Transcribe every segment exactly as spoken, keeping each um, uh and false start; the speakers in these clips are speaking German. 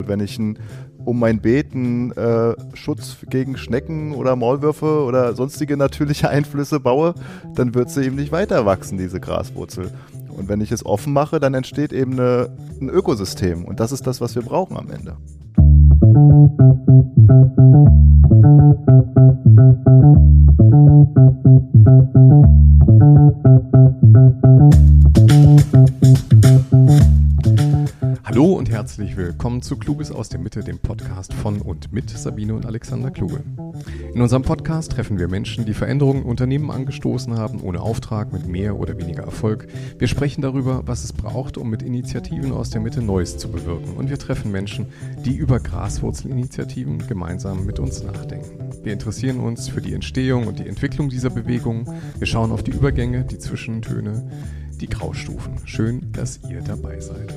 gut, wenn ich ein, um mein Beet einen äh, Schutz gegen Schnecken oder Maulwürfe oder sonstige natürliche Einflüsse baue, dann wird sie eben nicht weiter wachsen, diese Graswurzel. Und wenn ich es offen mache, dann entsteht eben eine, ein Ökosystem. Und das ist das, was wir brauchen am Ende. Hallo und herzlich willkommen zu Kluges aus der Mitte, dem Podcast von und mit Sabine und Alexander Kluge. In unserem Podcast treffen wir Menschen, die Veränderungen in Unternehmen angestoßen haben, ohne Auftrag, mit mehr oder weniger Erfolg. Wir sprechen darüber, was es braucht, um mit Initiativen aus der Mitte Neues zu bewirken. Und wir treffen Menschen, die über Graswurzelinitiativen gemeinsam mit uns nachdenken. Wir interessieren uns für die Entstehung und die Entwicklung dieser Bewegungen. Wir schauen auf die Übergänge, die Zwischentöne, die Graustufen. Schön, dass ihr dabei seid.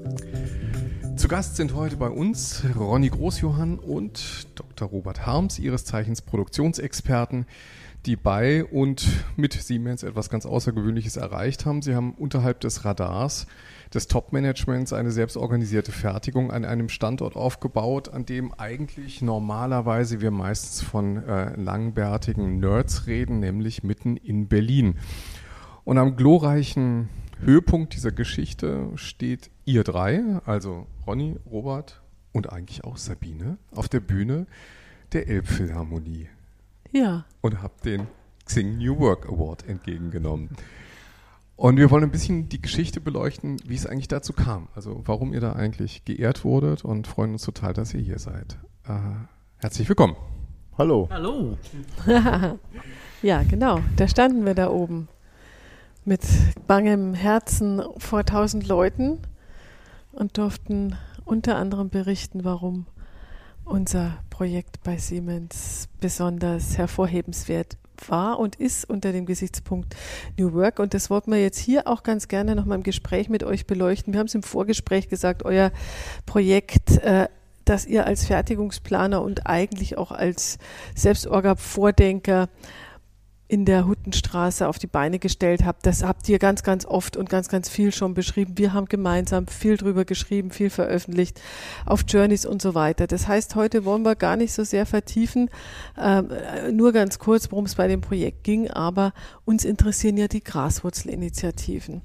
Zu Gast sind heute bei uns Ronny Großjohann und Doktor Robert Harms, ihres Zeichens Produktionsexperten, die bei und mit Siemens etwas ganz Außergewöhnliches erreicht haben. Sie haben unterhalb des Radars des Top-Managements eine selbstorganisierte Fertigung an einem Standort aufgebaut, an dem eigentlich normalerweise wir meistens von äh, langbärtigen Nerds reden, nämlich mitten in Berlin. Und am glorreichen Höhepunkt dieser Geschichte steht ihr drei, also Ronny, Robert und eigentlich auch Sabine, auf der Bühne der Elbphilharmonie. Ja. Und habt den Xing New Work Award entgegengenommen. Und wir wollen ein bisschen die Geschichte beleuchten, wie es eigentlich dazu kam. Also warum ihr da eigentlich geehrt wurdet und freuen uns total, dass ihr hier seid. Äh, herzlich willkommen. Hallo. Hallo. Ja, genau. Da standen wir da oben. Mit bangem Herzen vor tausend Leuten und durften unter anderem berichten, warum unser Projekt bei Siemens besonders hervorhebenswert war und ist unter dem Gesichtspunkt New Work. Und das wollten wir jetzt hier auch ganz gerne noch mal im Gespräch mit euch beleuchten. Wir haben es im Vorgespräch gesagt, euer Projekt, äh, das ihr als Fertigungsplaner und eigentlich auch als Selbstorga-Vordenker in der Huttenstraße auf die Beine gestellt habt, das habt ihr ganz, ganz oft und ganz, ganz viel schon beschrieben. Wir haben gemeinsam viel drüber geschrieben, viel veröffentlicht auf Journeys und so weiter. Das heißt, heute wollen wir gar nicht so sehr vertiefen, ähm, nur ganz kurz, worum es bei dem Projekt ging, aber uns interessieren ja die Graswurzelinitiativen.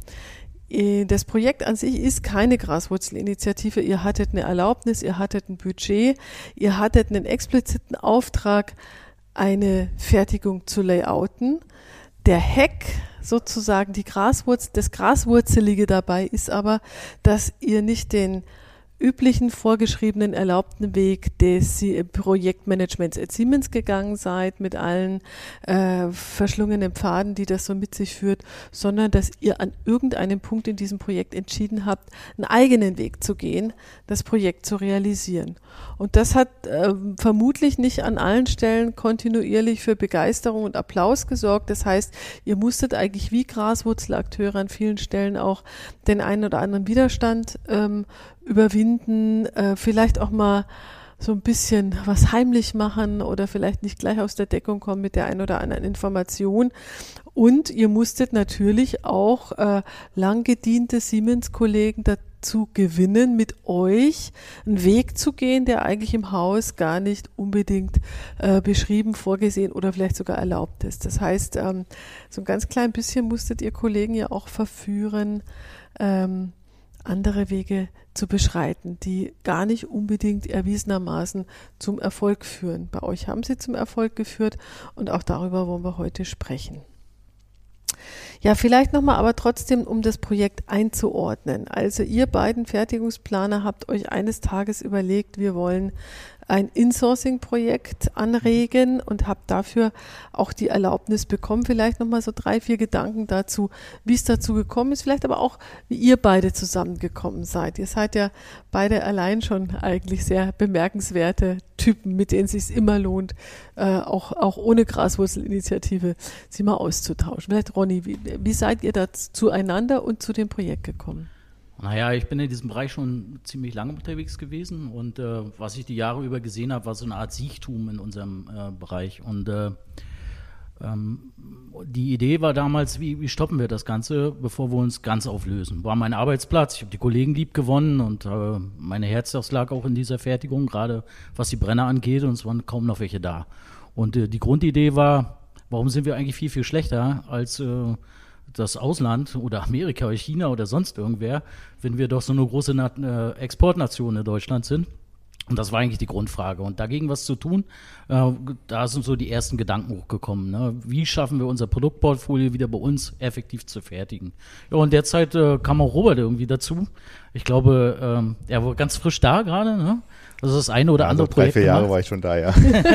Das Projekt an sich ist keine Graswurzelinitiative. Ihr hattet eine Erlaubnis, ihr hattet ein Budget, ihr hattet einen expliziten Auftrag, eine Fertigung zu layouten. Der Hack, sozusagen die Graswurzel, das Graswurzelige dabei ist aber, dass ihr nicht den üblichen vorgeschriebenen erlaubten Weg des Projektmanagements at Siemens gegangen seid, mit allen äh, verschlungenen Pfaden, die das so mit sich führt, sondern dass ihr an irgendeinem Punkt in diesem Projekt entschieden habt, einen eigenen Weg zu gehen, das Projekt zu realisieren. Und das hat äh, vermutlich nicht an allen Stellen kontinuierlich für Begeisterung und Applaus gesorgt. Das heißt, ihr musstet eigentlich wie Graswurzelakteure an vielen Stellen auch den einen oder anderen Widerstand ähm, überwinden, äh, vielleicht auch mal so ein bisschen was heimlich machen oder vielleicht nicht gleich aus der Deckung kommen mit der einen oder anderen Information. Und ihr musstet natürlich auch äh, lang gediente Siemens-Kollegen dazu gewinnen, mit euch einen Weg zu gehen, der eigentlich im Haus gar nicht unbedingt äh, beschrieben, vorgesehen oder vielleicht sogar erlaubt ist. Das heißt, ähm, so ein ganz klein bisschen musstet ihr Kollegen ja auch verführen, ähm, andere Wege zu beschreiten, die gar nicht unbedingt erwiesenermaßen zum Erfolg führen. Bei euch haben sie zum Erfolg geführt und auch darüber wollen wir heute sprechen. Ja, vielleicht nochmal aber trotzdem, um das Projekt einzuordnen. Also ihr beiden Fertigungsplaner habt euch eines Tages überlegt, wir wollen ein Insourcing-Projekt anregen und habt dafür auch die Erlaubnis bekommen. Vielleicht nochmal so drei, vier Gedanken dazu, wie es dazu gekommen ist, vielleicht aber auch, wie ihr beide zusammengekommen seid. Ihr seid ja beide allein schon eigentlich sehr bemerkenswerte Typen, mit denen es sich immer lohnt, äh, auch, auch ohne Graswurzelinitiative sie mal auszutauschen. Vielleicht Ronny, wie, wie seid ihr da zueinander und zu dem Projekt gekommen? Naja, ich bin in diesem Bereich schon ziemlich lange unterwegs gewesen und äh, was ich die Jahre über gesehen habe, war so eine Art Siechtum in unserem äh, Bereich. Und äh, ähm, die Idee war damals, wie, wie stoppen wir das Ganze, bevor wir uns ganz auflösen. War mein Arbeitsplatz, ich habe die Kollegen lieb gewonnen und äh, meine Herz lag auch in dieser Fertigung, gerade was die Brenner angeht, und es waren kaum noch welche da. Und äh, die Grundidee war, warum sind wir eigentlich viel, viel schlechter als äh, das Ausland oder Amerika oder China oder sonst irgendwer, wenn wir doch so eine große Na- äh, Exportnation in Deutschland sind. Und das war eigentlich die Grundfrage. Und dagegen was zu tun, äh, da sind so die ersten Gedanken hochgekommen. Ne? Wie schaffen wir unser Produktportfolio wieder bei uns effektiv zu fertigen? Ja, und derzeit äh, kam auch Robert irgendwie dazu. Ich glaube, ähm, er war ganz frisch da gerade, ne? Also das eine oder andere also drei, Projekt vier Jahre gemacht. war ich schon da, ja.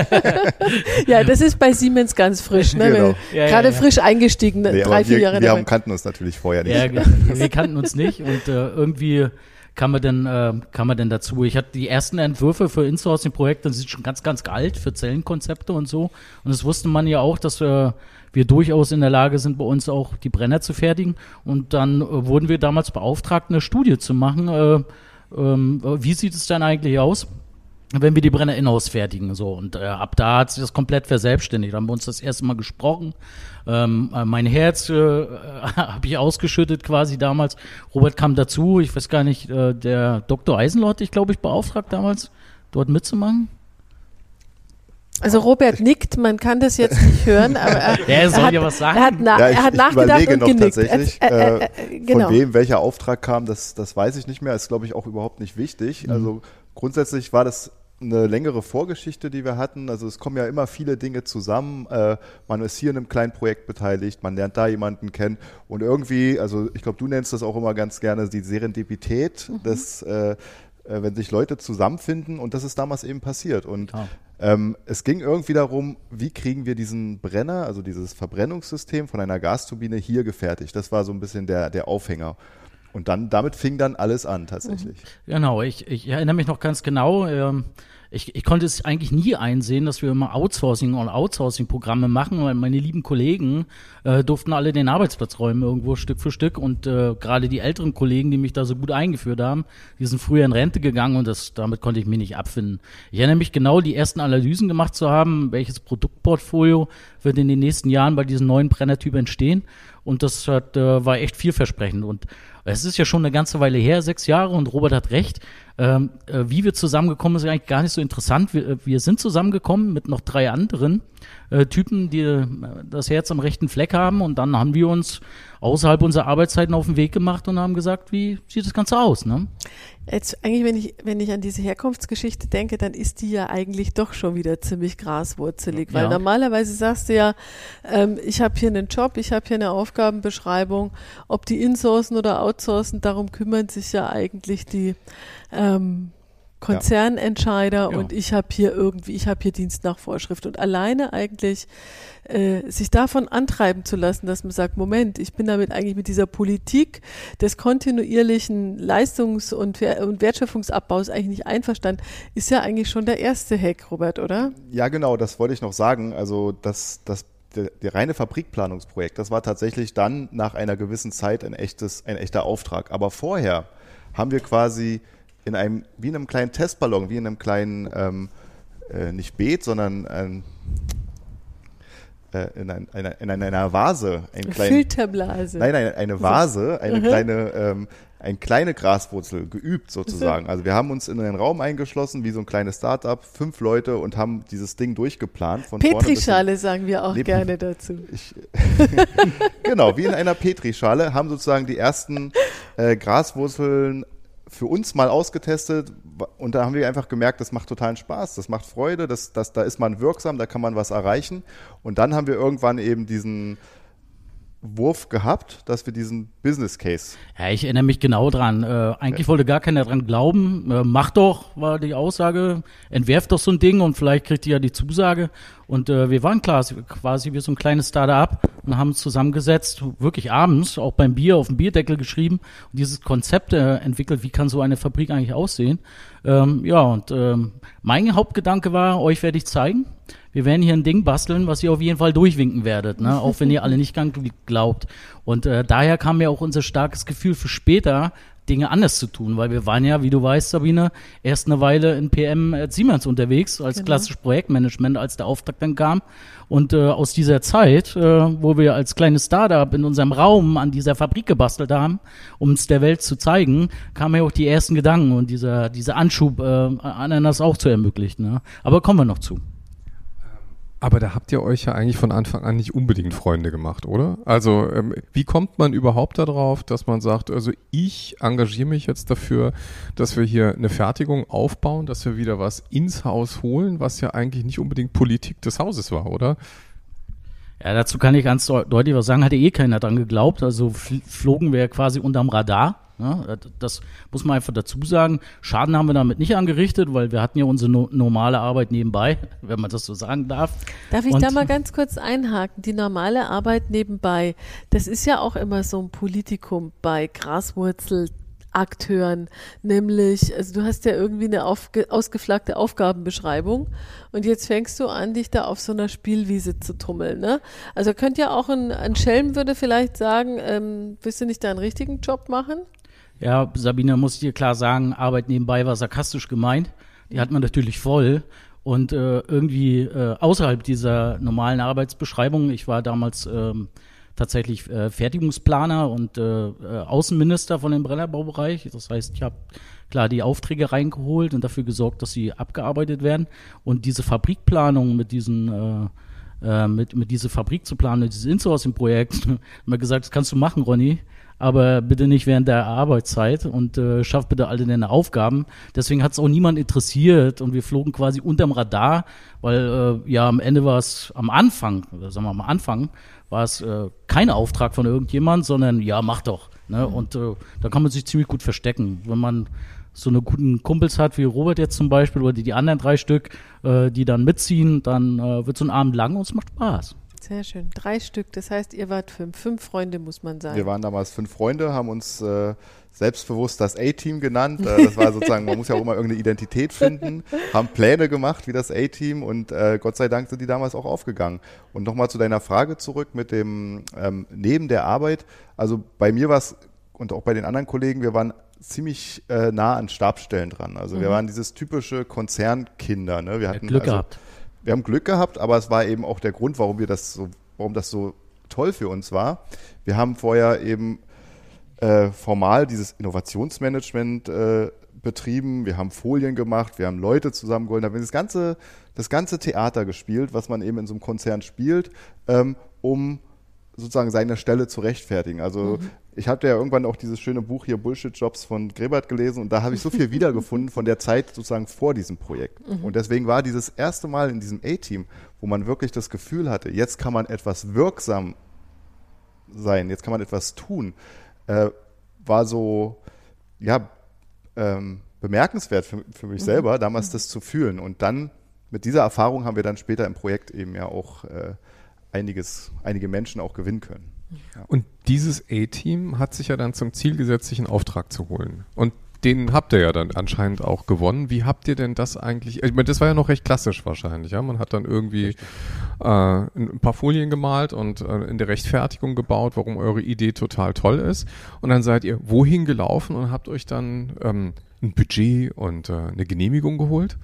Ja, das ist bei Siemens ganz frisch, ne? Genau. Ja, Ja, gerade ja, ja. frisch eingestiegen, Nee, drei, aber vier wir, Jahre wir dabei. haben, kannten uns natürlich vorher nicht. Ja, wir kannten uns nicht und äh, irgendwie kam man denn, äh, kam man denn dazu. Ich hatte die ersten Entwürfe für Insourcing-Projekte, das sind schon ganz, ganz alt, für Zellenkonzepte und so. Und das wusste man ja auch, dass wir, wir durchaus in der Lage sind, bei uns auch die Brenner zu fertigen. Und dann äh, wurden wir damals beauftragt, eine Studie zu machen. Äh, ähm, wie sieht es dann eigentlich aus, wenn wir die Brenner in-house fertigen? So. Und äh, ab da hat sich das komplett verselbstständigt. Da haben wir uns das erste Mal gesprochen. Ähm, äh, mein Herz äh, habe ich ausgeschüttet quasi damals. Robert kam dazu. Ich weiß gar nicht, äh, der Doktor Eisenloh hatte ich, glaube ich, beauftragt damals, dort mitzumachen. Also Robert nickt, man kann das jetzt nicht hören, aber er, Ja, er soll hat, ja was sagen. er hat, na, Ja, ich, er hat ich nachgedacht überlege und noch genickt. tatsächlich, Äh, äh, äh, äh, genau. von wem welcher Auftrag kam, das, das weiß ich nicht mehr. Ist, glaube ich, auch überhaupt nicht wichtig. Mhm. Also grundsätzlich war das eine längere Vorgeschichte, die wir hatten. Also es kommen ja immer viele Dinge zusammen. Äh, man ist hier in einem kleinen Projekt beteiligt, man lernt da jemanden kennen und irgendwie, also ich glaube, du nennst das auch immer ganz gerne die Serendipität, Mhm. dass äh, wenn sich Leute zusammenfinden, und das ist damals eben passiert. Und Ah. ähm, es ging irgendwie darum, wie kriegen wir diesen Brenner, also dieses Verbrennungssystem von einer Gasturbine hier gefertigt. Das war so ein bisschen der, der Aufhänger. Und dann, damit fing dann alles an tatsächlich. Genau, ich, ich erinnere mich noch ganz genau. Ähm, ich, ich konnte es eigentlich nie einsehen, dass wir immer Outsourcing und Outsourcing-Programme machen, weil meine lieben Kollegen äh, durften alle den Arbeitsplatz räumen irgendwo Stück für Stück und äh, gerade die älteren Kollegen, die mich da so gut eingeführt haben, die sind früher in Rente gegangen und das, damit konnte ich mich nicht abfinden. Ich erinnere mich genau, die ersten Analysen gemacht zu haben, welches Produktportfolio wird in den nächsten Jahren bei diesem neuen Brennertyp entstehen. Und das hat, äh, war echt vielversprechend. Und es ist ja schon eine ganze Weile her, sechs Jahre, und Robert hat recht. Ähm, äh, wie wir zusammengekommen sind, ist eigentlich gar nicht so interessant. Wir, wir sind zusammengekommen mit noch drei anderen äh, Typen, die äh, das Herz am rechten Fleck haben. Und dann haben wir uns außerhalb unserer Arbeitszeiten auf den Weg gemacht und haben gesagt, wie sieht das Ganze aus, ne? Jetzt eigentlich, wenn ich, wenn ich an diese Herkunftsgeschichte denke, dann ist die ja eigentlich doch schon wieder ziemlich graswurzelig, weil Ja. normalerweise sagst du ja, ähm, ich habe hier einen Job, ich habe hier eine Aufgabenbeschreibung, ob die insourcen oder outsourcen, darum kümmern sich ja eigentlich die ähm, Konzernentscheider Ja. und ich habe hier irgendwie, ich habe hier Dienst nach Vorschrift und alleine eigentlich äh, sich davon antreiben zu lassen, dass man sagt, Moment, ich bin damit eigentlich mit dieser Politik des kontinuierlichen Leistungs- und, Wer- und Wertschöpfungsabbaus eigentlich nicht einverstanden, ist ja eigentlich schon der erste Hack, Robert, oder? Ja, genau, das wollte ich noch sagen. Also das, das, der, der reine Fabrikplanungsprojekt, das war tatsächlich dann nach einer gewissen Zeit ein echtes, ein echter Auftrag. Aber vorher haben wir quasi in einem, wie in einem kleinen Testballon, wie in einem kleinen, ähm, äh, nicht Beet, sondern ähm, äh, in, ein, einer, in einer Vase, einen kleinen, Filterblase. nein, nein, eine Vase, eine kleine, ähm, eine kleine Graswurzel geübt sozusagen. Also wir haben uns in einen Raum eingeschlossen, wie so ein kleines Start-up, fünf Leute, und haben dieses Ding durchgeplant. Von vorne bis Petrischale sagen wir auch Nee, gerne dazu. ich, genau, wie in einer Petrischale, haben sozusagen die ersten äh, Graswurzeln für uns mal ausgetestet, und da haben wir einfach gemerkt, das macht totalen Spaß, das macht Freude, das, das, da ist man wirksam, da kann man was erreichen, und dann haben wir irgendwann eben diesen Wurf gehabt, dass wir diesen Business Case. Ja, ich erinnere mich genau dran. Äh, eigentlich wollte gar keiner dran glauben. Äh, mach doch, war die Aussage. Entwerft doch so ein Ding und vielleicht kriegt ihr ja die Zusage. Und äh, wir waren klar, quasi wie so ein kleines Start-up und haben uns zusammengesetzt, wirklich abends, auch beim Bier auf dem Bierdeckel geschrieben und dieses Konzept äh, entwickelt, wie kann so eine Fabrik eigentlich aussehen. Ähm, ja, und ähm, mein Hauptgedanke war, euch werde ich zeigen. Wir werden hier ein Ding basteln, was ihr auf jeden Fall durchwinken werdet, ne? Auch wenn ihr alle nicht ganz glaubt. Und äh, daher kam mir auch unser starkes Gefühl für später, Dinge anders zu tun, weil wir waren ja, wie du weißt, Sabine, erst eine Weile in P M at Siemens unterwegs, als Genau. klassisches Projektmanagement, als der Auftrag dann kam. Und äh, aus dieser Zeit, äh, wo wir als kleines Startup in unserem Raum an dieser Fabrik gebastelt haben, um es der Welt zu zeigen, kamen ja auch die ersten Gedanken und dieser, dieser Anschub, äh, anderen das auch zu ermöglichen. Ne? Aber kommen wir noch zu. Aber da habt ihr euch ja eigentlich von Anfang an nicht unbedingt Freunde gemacht, oder? Also ähm, wie kommt man überhaupt darauf, dass man sagt, also ich engagiere mich jetzt dafür, dass wir hier eine Fertigung aufbauen, dass wir wieder was ins Haus holen, was ja eigentlich nicht unbedingt Politik des Hauses war, oder? Ja, dazu kann ich ganz deutlich was sagen, hatte eh keiner dran geglaubt, also fl- flogen wir quasi unterm Radar. Ja, das muss man einfach dazu sagen. Schaden haben wir damit nicht angerichtet, weil wir hatten ja unsere no- normale Arbeit nebenbei, wenn man das so sagen darf. Darf ich Und da mal ganz kurz einhaken? Die normale Arbeit nebenbei, das ist ja auch immer so ein Politikum bei Graswurzelakteuren, nämlich, also du hast ja irgendwie eine aufge- ausgeflaggte Aufgabenbeschreibung und jetzt fängst du an, dich da auf so einer Spielwiese zu tummeln. Ne? Also könnte ja auch ein, ein Schelm würde vielleicht sagen, ähm, willst du nicht deinen richtigen Job machen? Ja, Sabine, muss ich dir klar sagen, Arbeit nebenbei war sarkastisch gemeint. Die hat man natürlich voll. Und äh, irgendwie äh, außerhalb dieser normalen Arbeitsbeschreibung, ich war damals ähm, tatsächlich äh, Fertigungsplaner und äh, äh, Außenminister von dem Brennerbaubereich. Das heißt, ich habe klar die Aufträge reingeholt und dafür gesorgt, dass sie abgearbeitet werden. Und diese Fabrikplanung mit diesen äh, äh, mit, mit diese Fabrik zu planen, dieses Insourcing-Projekt, haben wir gesagt, das kannst du machen, Ronny. Aber bitte nicht während der Arbeitszeit und äh, schaff bitte alle deine Aufgaben. Deswegen hat es auch niemand interessiert und wir flogen quasi unterm Radar, weil äh, ja am Ende war es am Anfang, oder sagen wir mal am Anfang, war es äh, kein Auftrag von irgendjemand, sondern ja, mach doch. Ne? Und äh, da kann man sich ziemlich gut verstecken, wenn man so eine guten Kumpels hat, wie Robert jetzt zum Beispiel, oder die, die anderen drei Stück, äh, die dann mitziehen, dann äh, wird so ein Abend lang und es macht Spaß. Sehr schön. Drei Stück, das heißt, ihr wart fünf. Fünf Freunde, muss man sagen. Wir waren damals fünf Freunde, haben uns äh, selbstbewusst das A-Team genannt. Äh, das war sozusagen, man muss ja auch immer irgendeine Identität finden, haben Pläne gemacht wie das A-Team und äh, Gott sei Dank sind die damals auch aufgegangen. Und nochmal zu deiner Frage zurück mit dem ähm, neben der Arbeit. Also bei mir war es und auch bei den anderen Kollegen, wir waren ziemlich äh, nah an Stabsstellen dran. Also mhm. wir waren dieses typische Konzernkinder. Ne? Wir hatten Glück also, gehabt. Wir haben Glück gehabt, aber es war eben auch der Grund, warum wir das so, warum das so toll für uns war. Wir haben vorher eben äh, formal dieses Innovationsmanagement äh, betrieben, wir haben Folien gemacht, wir haben Leute zusammengeholt, da haben wir das ganze, das ganze Theater gespielt, was man eben in so einem Konzern spielt, ähm, um sozusagen seine Stelle zu rechtfertigen. Also mhm. ich hatte ja irgendwann auch dieses schöne Buch hier Bullshit-Jobs von Grebert gelesen und da habe ich so viel wiedergefunden von der Zeit sozusagen vor diesem Projekt. Mhm. Und deswegen war dieses erste Mal in diesem A-Team, wo man wirklich das Gefühl hatte, jetzt kann man etwas wirksam sein, jetzt kann man etwas tun, äh, war so, ja, ähm, bemerkenswert für, für mich mhm. selber, damals mhm. das zu fühlen. Und dann, mit dieser Erfahrung haben wir dann später im Projekt eben ja auch äh, einiges, einige Menschen auch gewinnen können. Ja. Und dieses A-Team hat sich ja dann zum Ziel gesetzt, sich einen Auftrag zu holen. Und den habt ihr ja dann anscheinend auch gewonnen. Wie habt ihr denn das eigentlich, ich meine, das war ja noch recht klassisch wahrscheinlich, ja? Man hat dann irgendwie äh, ein paar Folien gemalt und äh, in der Rechtfertigung gebaut, warum eure Idee total toll ist. Und dann seid ihr wohin gelaufen und habt euch dann ähm, ein Budget und äh, eine Genehmigung geholt?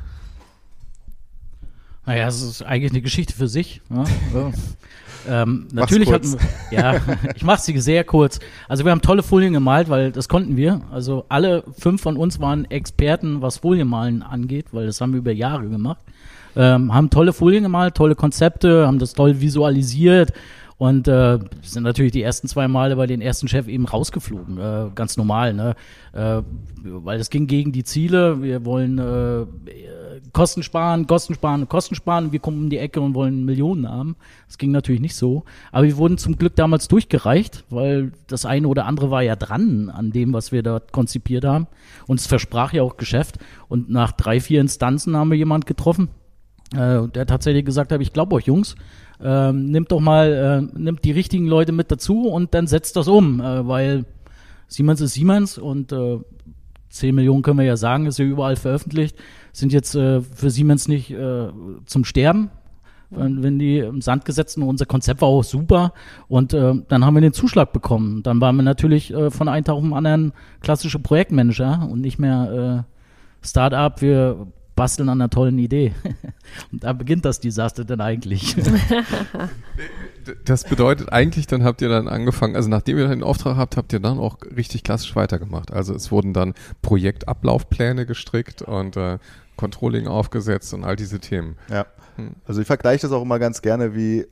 Naja, es ist eigentlich eine Geschichte für sich. Ne? ähm, natürlich hatten wir, ja, ich mache sie sehr kurz. Also wir haben tolle Folien gemalt, weil das konnten wir. Also alle fünf von uns waren Experten, was Folienmalen angeht, weil das haben wir über Jahre gemacht. Ähm, haben tolle Folien gemalt, tolle Konzepte, haben das toll visualisiert. Und äh, sind natürlich die ersten zwei Male bei den ersten Chef eben rausgeflogen, äh, ganz normal, ne? Äh, weil es ging gegen die Ziele, wir wollen äh, Kosten sparen, Kosten sparen, Kosten sparen, wir kommen um die Ecke und wollen Millionen haben. Das ging natürlich nicht so, aber wir wurden zum Glück damals durchgereicht, weil das eine oder andere war ja dran an dem, was wir dort konzipiert haben und es versprach ja auch Geschäft und nach drei, vier Instanzen haben wir jemanden getroffen, äh, der tatsächlich gesagt hat, ich glaube euch Jungs, Ähm, nimmt doch mal, äh, nimmt die richtigen Leute mit dazu und dann setzt das um, äh, weil Siemens ist Siemens und äh, zehn Millionen können wir ja sagen, ist ja überall veröffentlicht, sind jetzt äh, für Siemens nicht äh, zum Sterben, wenn, wenn die im Sand gesetzt und unser Konzept war auch super und äh, dann haben wir den Zuschlag bekommen. Dann waren wir natürlich äh, von einem Tag auf den anderen klassische Projektmanager und nicht mehr äh, Start-up, wir basteln an einer tollen Idee. Und da beginnt das Desaster dann eigentlich. Das bedeutet eigentlich, dann habt ihr dann angefangen, also nachdem ihr den Auftrag habt, habt ihr dann auch richtig klassisch weitergemacht. Also es wurden dann Projektablaufpläne gestrickt und äh, Controlling aufgesetzt und all diese Themen. Ja, also ich vergleiche das auch immer ganz gerne wie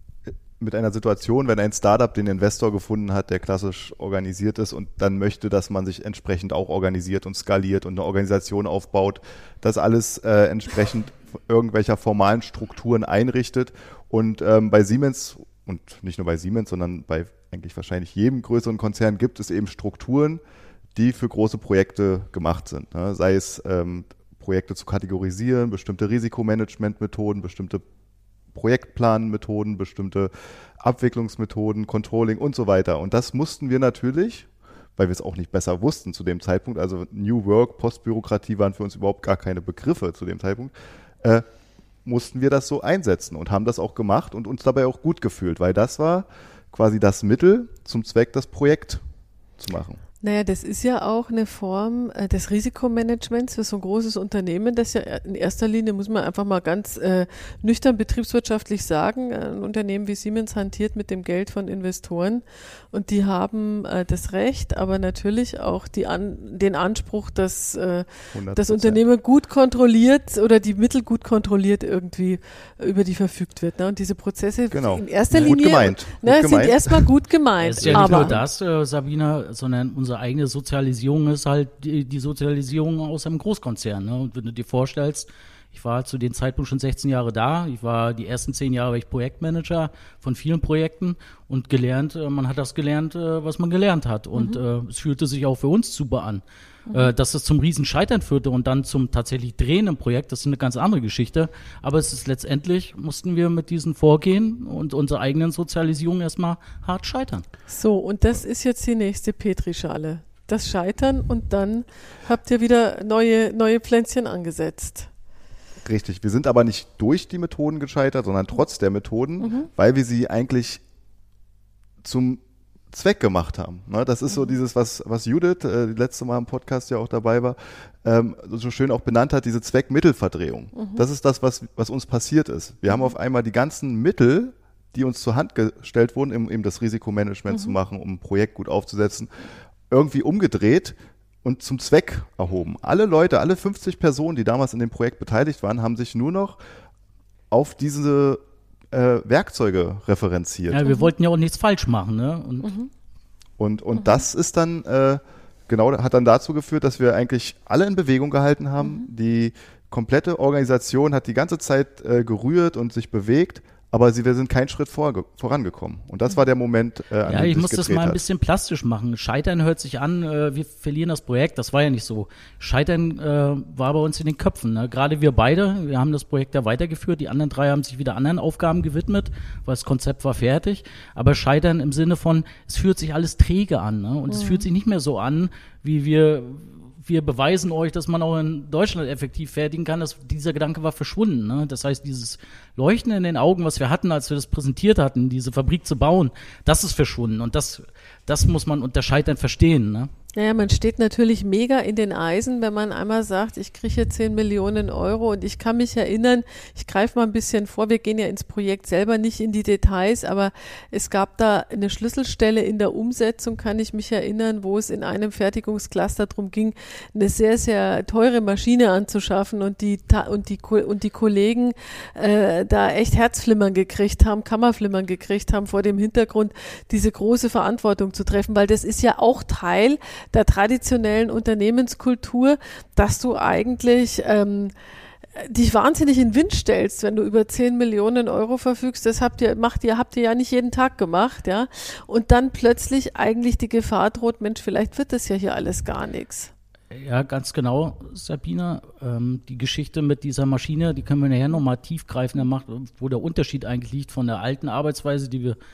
mit einer Situation, wenn ein Startup den Investor gefunden hat, der klassisch organisiert ist und dann möchte, dass man sich entsprechend auch organisiert und skaliert und eine Organisation aufbaut, das alles äh, entsprechend irgendwelcher formalen Strukturen einrichtet. Und ähm, bei Siemens, und nicht nur bei Siemens, sondern bei eigentlich wahrscheinlich jedem größeren Konzern gibt es eben Strukturen, die für große Projekte gemacht sind. Ne? Sei es ähm, Projekte zu kategorisieren, bestimmte Risikomanagementmethoden, bestimmte Projektplanmethoden, bestimmte Abwicklungsmethoden, Controlling und so weiter. Und das mussten wir natürlich, weil wir es auch nicht besser wussten zu dem Zeitpunkt, also New Work, Postbürokratie waren für uns überhaupt gar keine Begriffe zu dem Zeitpunkt, äh, mussten wir das so einsetzen und haben das auch gemacht und uns dabei auch gut gefühlt, weil das war quasi das Mittel zum Zweck, das Projekt zu machen. Naja, das ist ja auch eine Form äh, des Risikomanagements für so ein großes Unternehmen, das ja in erster Linie, muss man einfach mal ganz äh, nüchtern betriebswirtschaftlich sagen, ein Unternehmen wie Siemens hantiert mit dem Geld von Investoren und die haben äh, das Recht, aber natürlich auch die an, den Anspruch, dass äh, das Unternehmen gut kontrolliert oder die Mittel gut kontrolliert irgendwie über die verfügt wird. Ne? Und diese Prozesse genau. in erster gut Linie gemeint. Ne, gut sind gemeint. erstmal gut gemeint. Es ist ja aber nicht nur das, äh, Sabina, sondern unser Unsere eigene Sozialisierung ist halt die, die Sozialisierung aus einem Großkonzern. Ne? Und wenn du dir vorstellst, ich war zu dem Zeitpunkt schon sechzehn Jahre da, ich war die ersten zehn Jahre war ich Projektmanager von vielen Projekten und gelernt, äh, man hat das gelernt, äh, was man gelernt hat. Und mhm. äh, es fühlte sich auch für uns super an. Mhm. Äh, dass es zum Riesenscheitern führte und dann zum tatsächlich Drehen im Projekt, das ist eine ganz andere Geschichte. Aber es ist letztendlich, mussten wir mit diesen Vorgehen und unserer eigenen Sozialisierung erstmal hart scheitern. So, und das ist jetzt die nächste Petrischale. Das Scheitern und dann habt ihr wieder neue, neue Pflänzchen angesetzt. Richtig, wir sind aber nicht durch die Methoden gescheitert, sondern trotz der Methoden, mhm. weil wir sie eigentlich zum Zweck gemacht haben. Ne, das ist so dieses, was, was Judith, äh, die letzte Mal im Podcast ja auch dabei war, ähm, so schön auch benannt hat, diese Zweck-Mittel-Verdrehung. Mhm. Das ist das, was, was uns passiert ist. Wir mhm. haben auf einmal die ganzen Mittel, die uns zur Hand gestellt wurden, um eben das Risikomanagement mhm. zu machen, um ein Projekt gut aufzusetzen, irgendwie umgedreht und zum Zweck erhoben. Alle Leute, alle fünfzig Personen, die damals in dem Projekt beteiligt waren, haben sich nur noch auf diese äh, Werkzeuge referenziert. Ja, wir mhm. wollten ja auch nichts falsch machen. Ne? Und, mhm. und, und mhm. das ist dann, äh, genau, hat dann dazu geführt, dass wir eigentlich alle in Bewegung gehalten haben. Mhm. Die komplette Organisation hat die ganze Zeit äh, gerührt und sich bewegt, aber sie, wir sind keinen Schritt vor, vorangekommen. Und das war der Moment, äh, an ja, dem ich sich muss das gedreht mal ein hat. bisschen plastisch machen. Scheitern hört sich an, äh, wir verlieren das Projekt. Das war ja nicht so. Scheitern äh, war bei uns in den Köpfen. Ne? Gerade wir beide, wir haben das Projekt ja weitergeführt. Die anderen drei haben sich wieder anderen Aufgaben gewidmet, weil das Konzept war fertig. Aber Scheitern im Sinne von, es fühlt sich alles träge an. Ne? Und mhm. es fühlt sich nicht mehr so an, wie wir... wir beweisen euch, dass man auch in Deutschland effektiv fertigen kann. Das, dieser Gedanke war verschwunden. Ne? Das heißt, dieses Leuchten in den Augen, was wir hatten, als wir das präsentiert hatten, diese Fabrik zu bauen, das ist verschwunden. Und das, das muss man unter Scheitern verstehen. Ne? Naja, man steht natürlich mega in den Eisen, wenn man einmal sagt, ich kriege hier zehn Millionen Euro und ich kann mich erinnern, ich greife mal ein bisschen vor, wir gehen ja ins Projekt selber nicht in die Details, aber es gab da eine Schlüsselstelle in der Umsetzung, kann ich mich erinnern, wo es in einem Fertigungscluster darum ging, eine sehr, sehr teure Maschine anzuschaffen und die und die, und die Kollegen äh, da echt Herzflimmern gekriegt haben, Kammerflimmern gekriegt haben vor dem Hintergrund, diese große Verantwortung zu treffen, weil das ist ja auch Teil der traditionellen Unternehmenskultur, dass du eigentlich ähm, dich wahnsinnig in den Wind stellst, wenn du über zehn Millionen Euro verfügst. Das habt ihr, macht ihr, habt ihr ja nicht jeden Tag gemacht, ja. Und dann plötzlich eigentlich die Gefahr droht, Mensch, vielleicht wird das ja hier alles gar nichts. Ja, ganz genau, Sabina. Ähm, die Geschichte mit dieser Maschine, die können wir nachher nochmal tiefgreifender machen, wo der Unterschied eigentlich liegt von der alten Arbeitsweise, die wir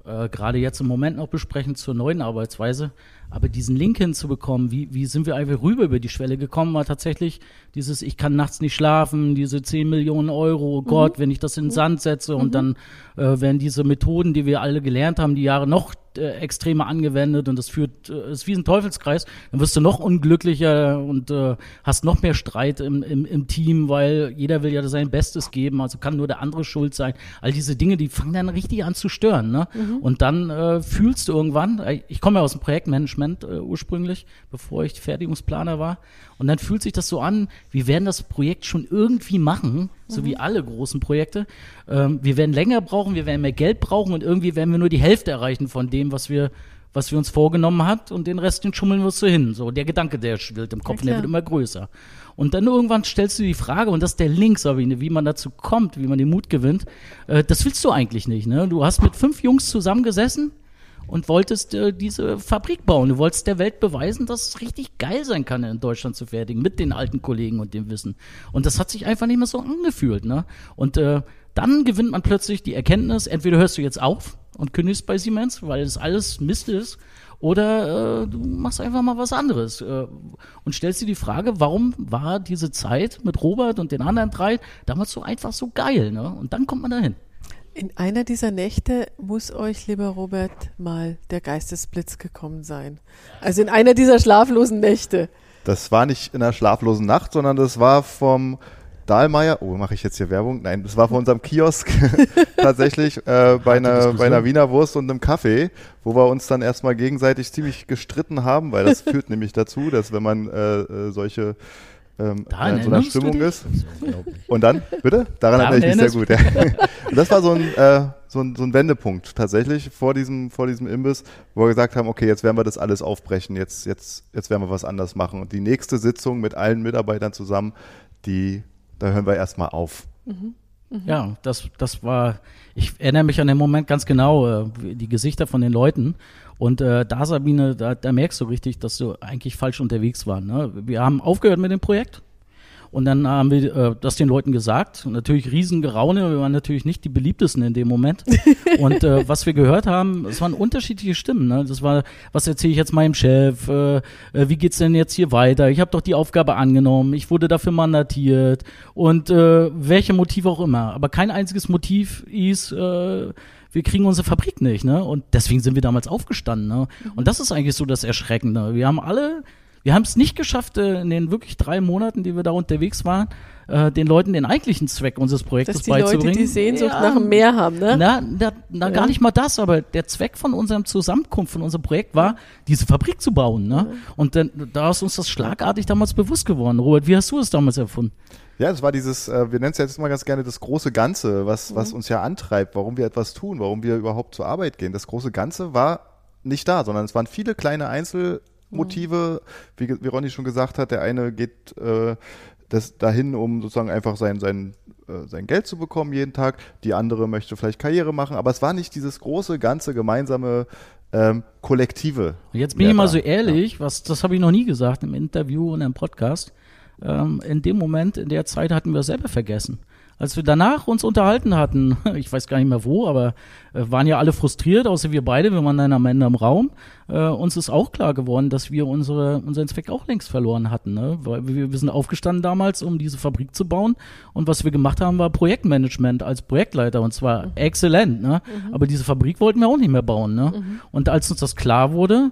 äh, gerade jetzt im Moment noch besprechen zur neuen Arbeitsweise. Aber diesen Link hinzubekommen, wie, wie sind wir einfach rüber über die Schwelle gekommen, war tatsächlich dieses, ich kann nachts nicht schlafen, diese zehn Millionen Euro, oh Gott, mhm. wenn ich das in den Sand setze, mhm. und dann äh, werden diese Methoden, die wir alle gelernt haben, die Jahre noch äh, extremer angewendet, und das führt, äh, ist wie ein Teufelskreis, dann wirst du noch unglücklicher und äh, hast noch mehr Streit im, im, im Team, weil jeder will ja sein Bestes geben, also kann nur der andere schuld sein. All diese Dinge, die fangen dann richtig an zu stören, ne? Mhm. Und dann äh, fühlst du irgendwann, ich komme ja aus dem Projektmanagement, Äh, ursprünglich, bevor ich Fertigungsplaner war. Und dann fühlt sich das so an, wir werden das Projekt schon irgendwie machen, so mhm. wie alle großen Projekte. Ähm, wir werden länger brauchen, wir werden mehr Geld brauchen und irgendwie werden wir nur die Hälfte erreichen von dem, was wir, was wir uns vorgenommen haben, und den Rest, den schummeln wir so hin. So der Gedanke, der schwillt im Kopf, ja, der wird immer größer. Und dann irgendwann stellst du die Frage, und das ist der Link, Sabine, wie man dazu kommt, wie man den Mut gewinnt. Äh, das willst du eigentlich nicht, ne? Du hast mit fünf Jungs zusammengesessen und wolltest äh, diese Fabrik bauen. Du wolltest der Welt beweisen, dass es richtig geil sein kann, in Deutschland zu fertigen, mit den alten Kollegen und dem Wissen. Und das hat sich einfach nicht mehr so angefühlt, ne? Und äh, dann gewinnt man plötzlich die Erkenntnis, entweder hörst du jetzt auf und kündigst bei Siemens, weil es alles Mist ist, oder äh, du machst einfach mal was anderes äh, und stellst dir die Frage, warum war diese Zeit mit Robert und den anderen drei damals so einfach so geil, ne? Und dann kommt man dahin. In einer dieser Nächte muss euch, lieber Robert, mal der Geistesblitz gekommen sein. Also in einer dieser schlaflosen Nächte. Das war nicht in einer schlaflosen Nacht, sondern das war vom Dahlmeier, oh, mache ich jetzt hier Werbung? Nein, das war von unserem Kiosk tatsächlich äh, bei, einer, bei einer Wiener Wurst und einem Kaffee, wo wir uns dann erstmal gegenseitig ziemlich gestritten haben, weil das führt nämlich dazu, dass wenn man äh, solche Ähm, da in so einer Stimmung ist. Und dann, bitte? Daran erinnere ich mich sehr gut. Ja. Und das war so ein, äh, so, ein, so ein Wendepunkt tatsächlich vor diesem, vor diesem Imbiss, wo wir gesagt haben, okay, jetzt werden wir das alles aufbrechen, jetzt, jetzt, jetzt werden wir was anders machen. Und die nächste Sitzung mit allen Mitarbeitern zusammen, die, da hören wir erstmal auf. Mhm. Mhm. Ja, das, das war, ich erinnere mich an den Moment ganz genau, äh, die Gesichter von den Leuten. Und äh, da, Sabine, da, da merkst du richtig, dass du eigentlich falsch unterwegs warst. Ne? Wir haben aufgehört mit dem Projekt und dann haben wir äh, das den Leuten gesagt. Und natürlich Riesengeraune, wir waren natürlich nicht die beliebtesten in dem Moment. Und äh, was wir gehört haben, es waren unterschiedliche Stimmen. Ne? Das war, was erzähle ich jetzt meinem Chef? Äh, äh, wie geht's denn jetzt hier weiter? Ich habe doch die Aufgabe angenommen, ich wurde dafür mandatiert und äh, welche Motive auch immer. Aber kein einziges Motiv ist, äh, wir kriegen unsere Fabrik nicht, ne? Und deswegen sind wir damals aufgestanden, ne? Mhm. Und das ist eigentlich so das Erschreckende. Wir haben alle, wir haben es nicht geschafft, äh, in den wirklich drei Monaten, die wir da unterwegs waren, äh, den Leuten den eigentlichen Zweck unseres Projektes Dass die beizubringen. Leute die Sehnsucht ja, nach dem Meer haben, ne? Na, na, na ja. gar nicht mal das, aber der Zweck von unserem Zusammenkunft, von unserem Projekt war, diese Fabrik zu bauen, ne? Mhm. Und dann, da ist uns das schlagartig damals bewusst geworden. Robert, wie hast du es damals erfunden? Ja, das war dieses, äh, wir nennen es jetzt mal ganz gerne das große Ganze, was, mhm. was uns ja antreibt, warum wir etwas tun, warum wir überhaupt zur Arbeit gehen. Das große Ganze war nicht da, sondern es waren viele kleine Einzelmotive, mhm. wie, wie Ronny schon gesagt hat, der eine geht äh, das dahin, um sozusagen einfach sein, sein, äh, sein Geld zu bekommen jeden Tag, die andere möchte vielleicht Karriere machen, aber es war nicht dieses große, ganze, gemeinsame ähm, Kollektive. Jetzt bin ich mal so ehrlich, ja. was, das habe ich noch nie gesagt im Interview und im Podcast. Ähm, in dem Moment, in der Zeit hatten wir es selber vergessen. Als wir danach uns unterhalten hatten, ich weiß gar nicht mehr wo, aber äh, waren ja alle frustriert, außer wir beide, wir waren dann am Ende im Raum. Äh, uns ist auch klar geworden, dass wir unsere, unseren Zweck auch längst verloren hatten. Ne? Weil wir, wir sind aufgestanden damals, um diese Fabrik zu bauen, und was wir gemacht haben, war Projektmanagement als Projektleiter, und zwar mhm. exzellent. Ne? Mhm. Aber diese Fabrik wollten wir auch nicht mehr bauen. Ne? Mhm. Und als uns das klar wurde,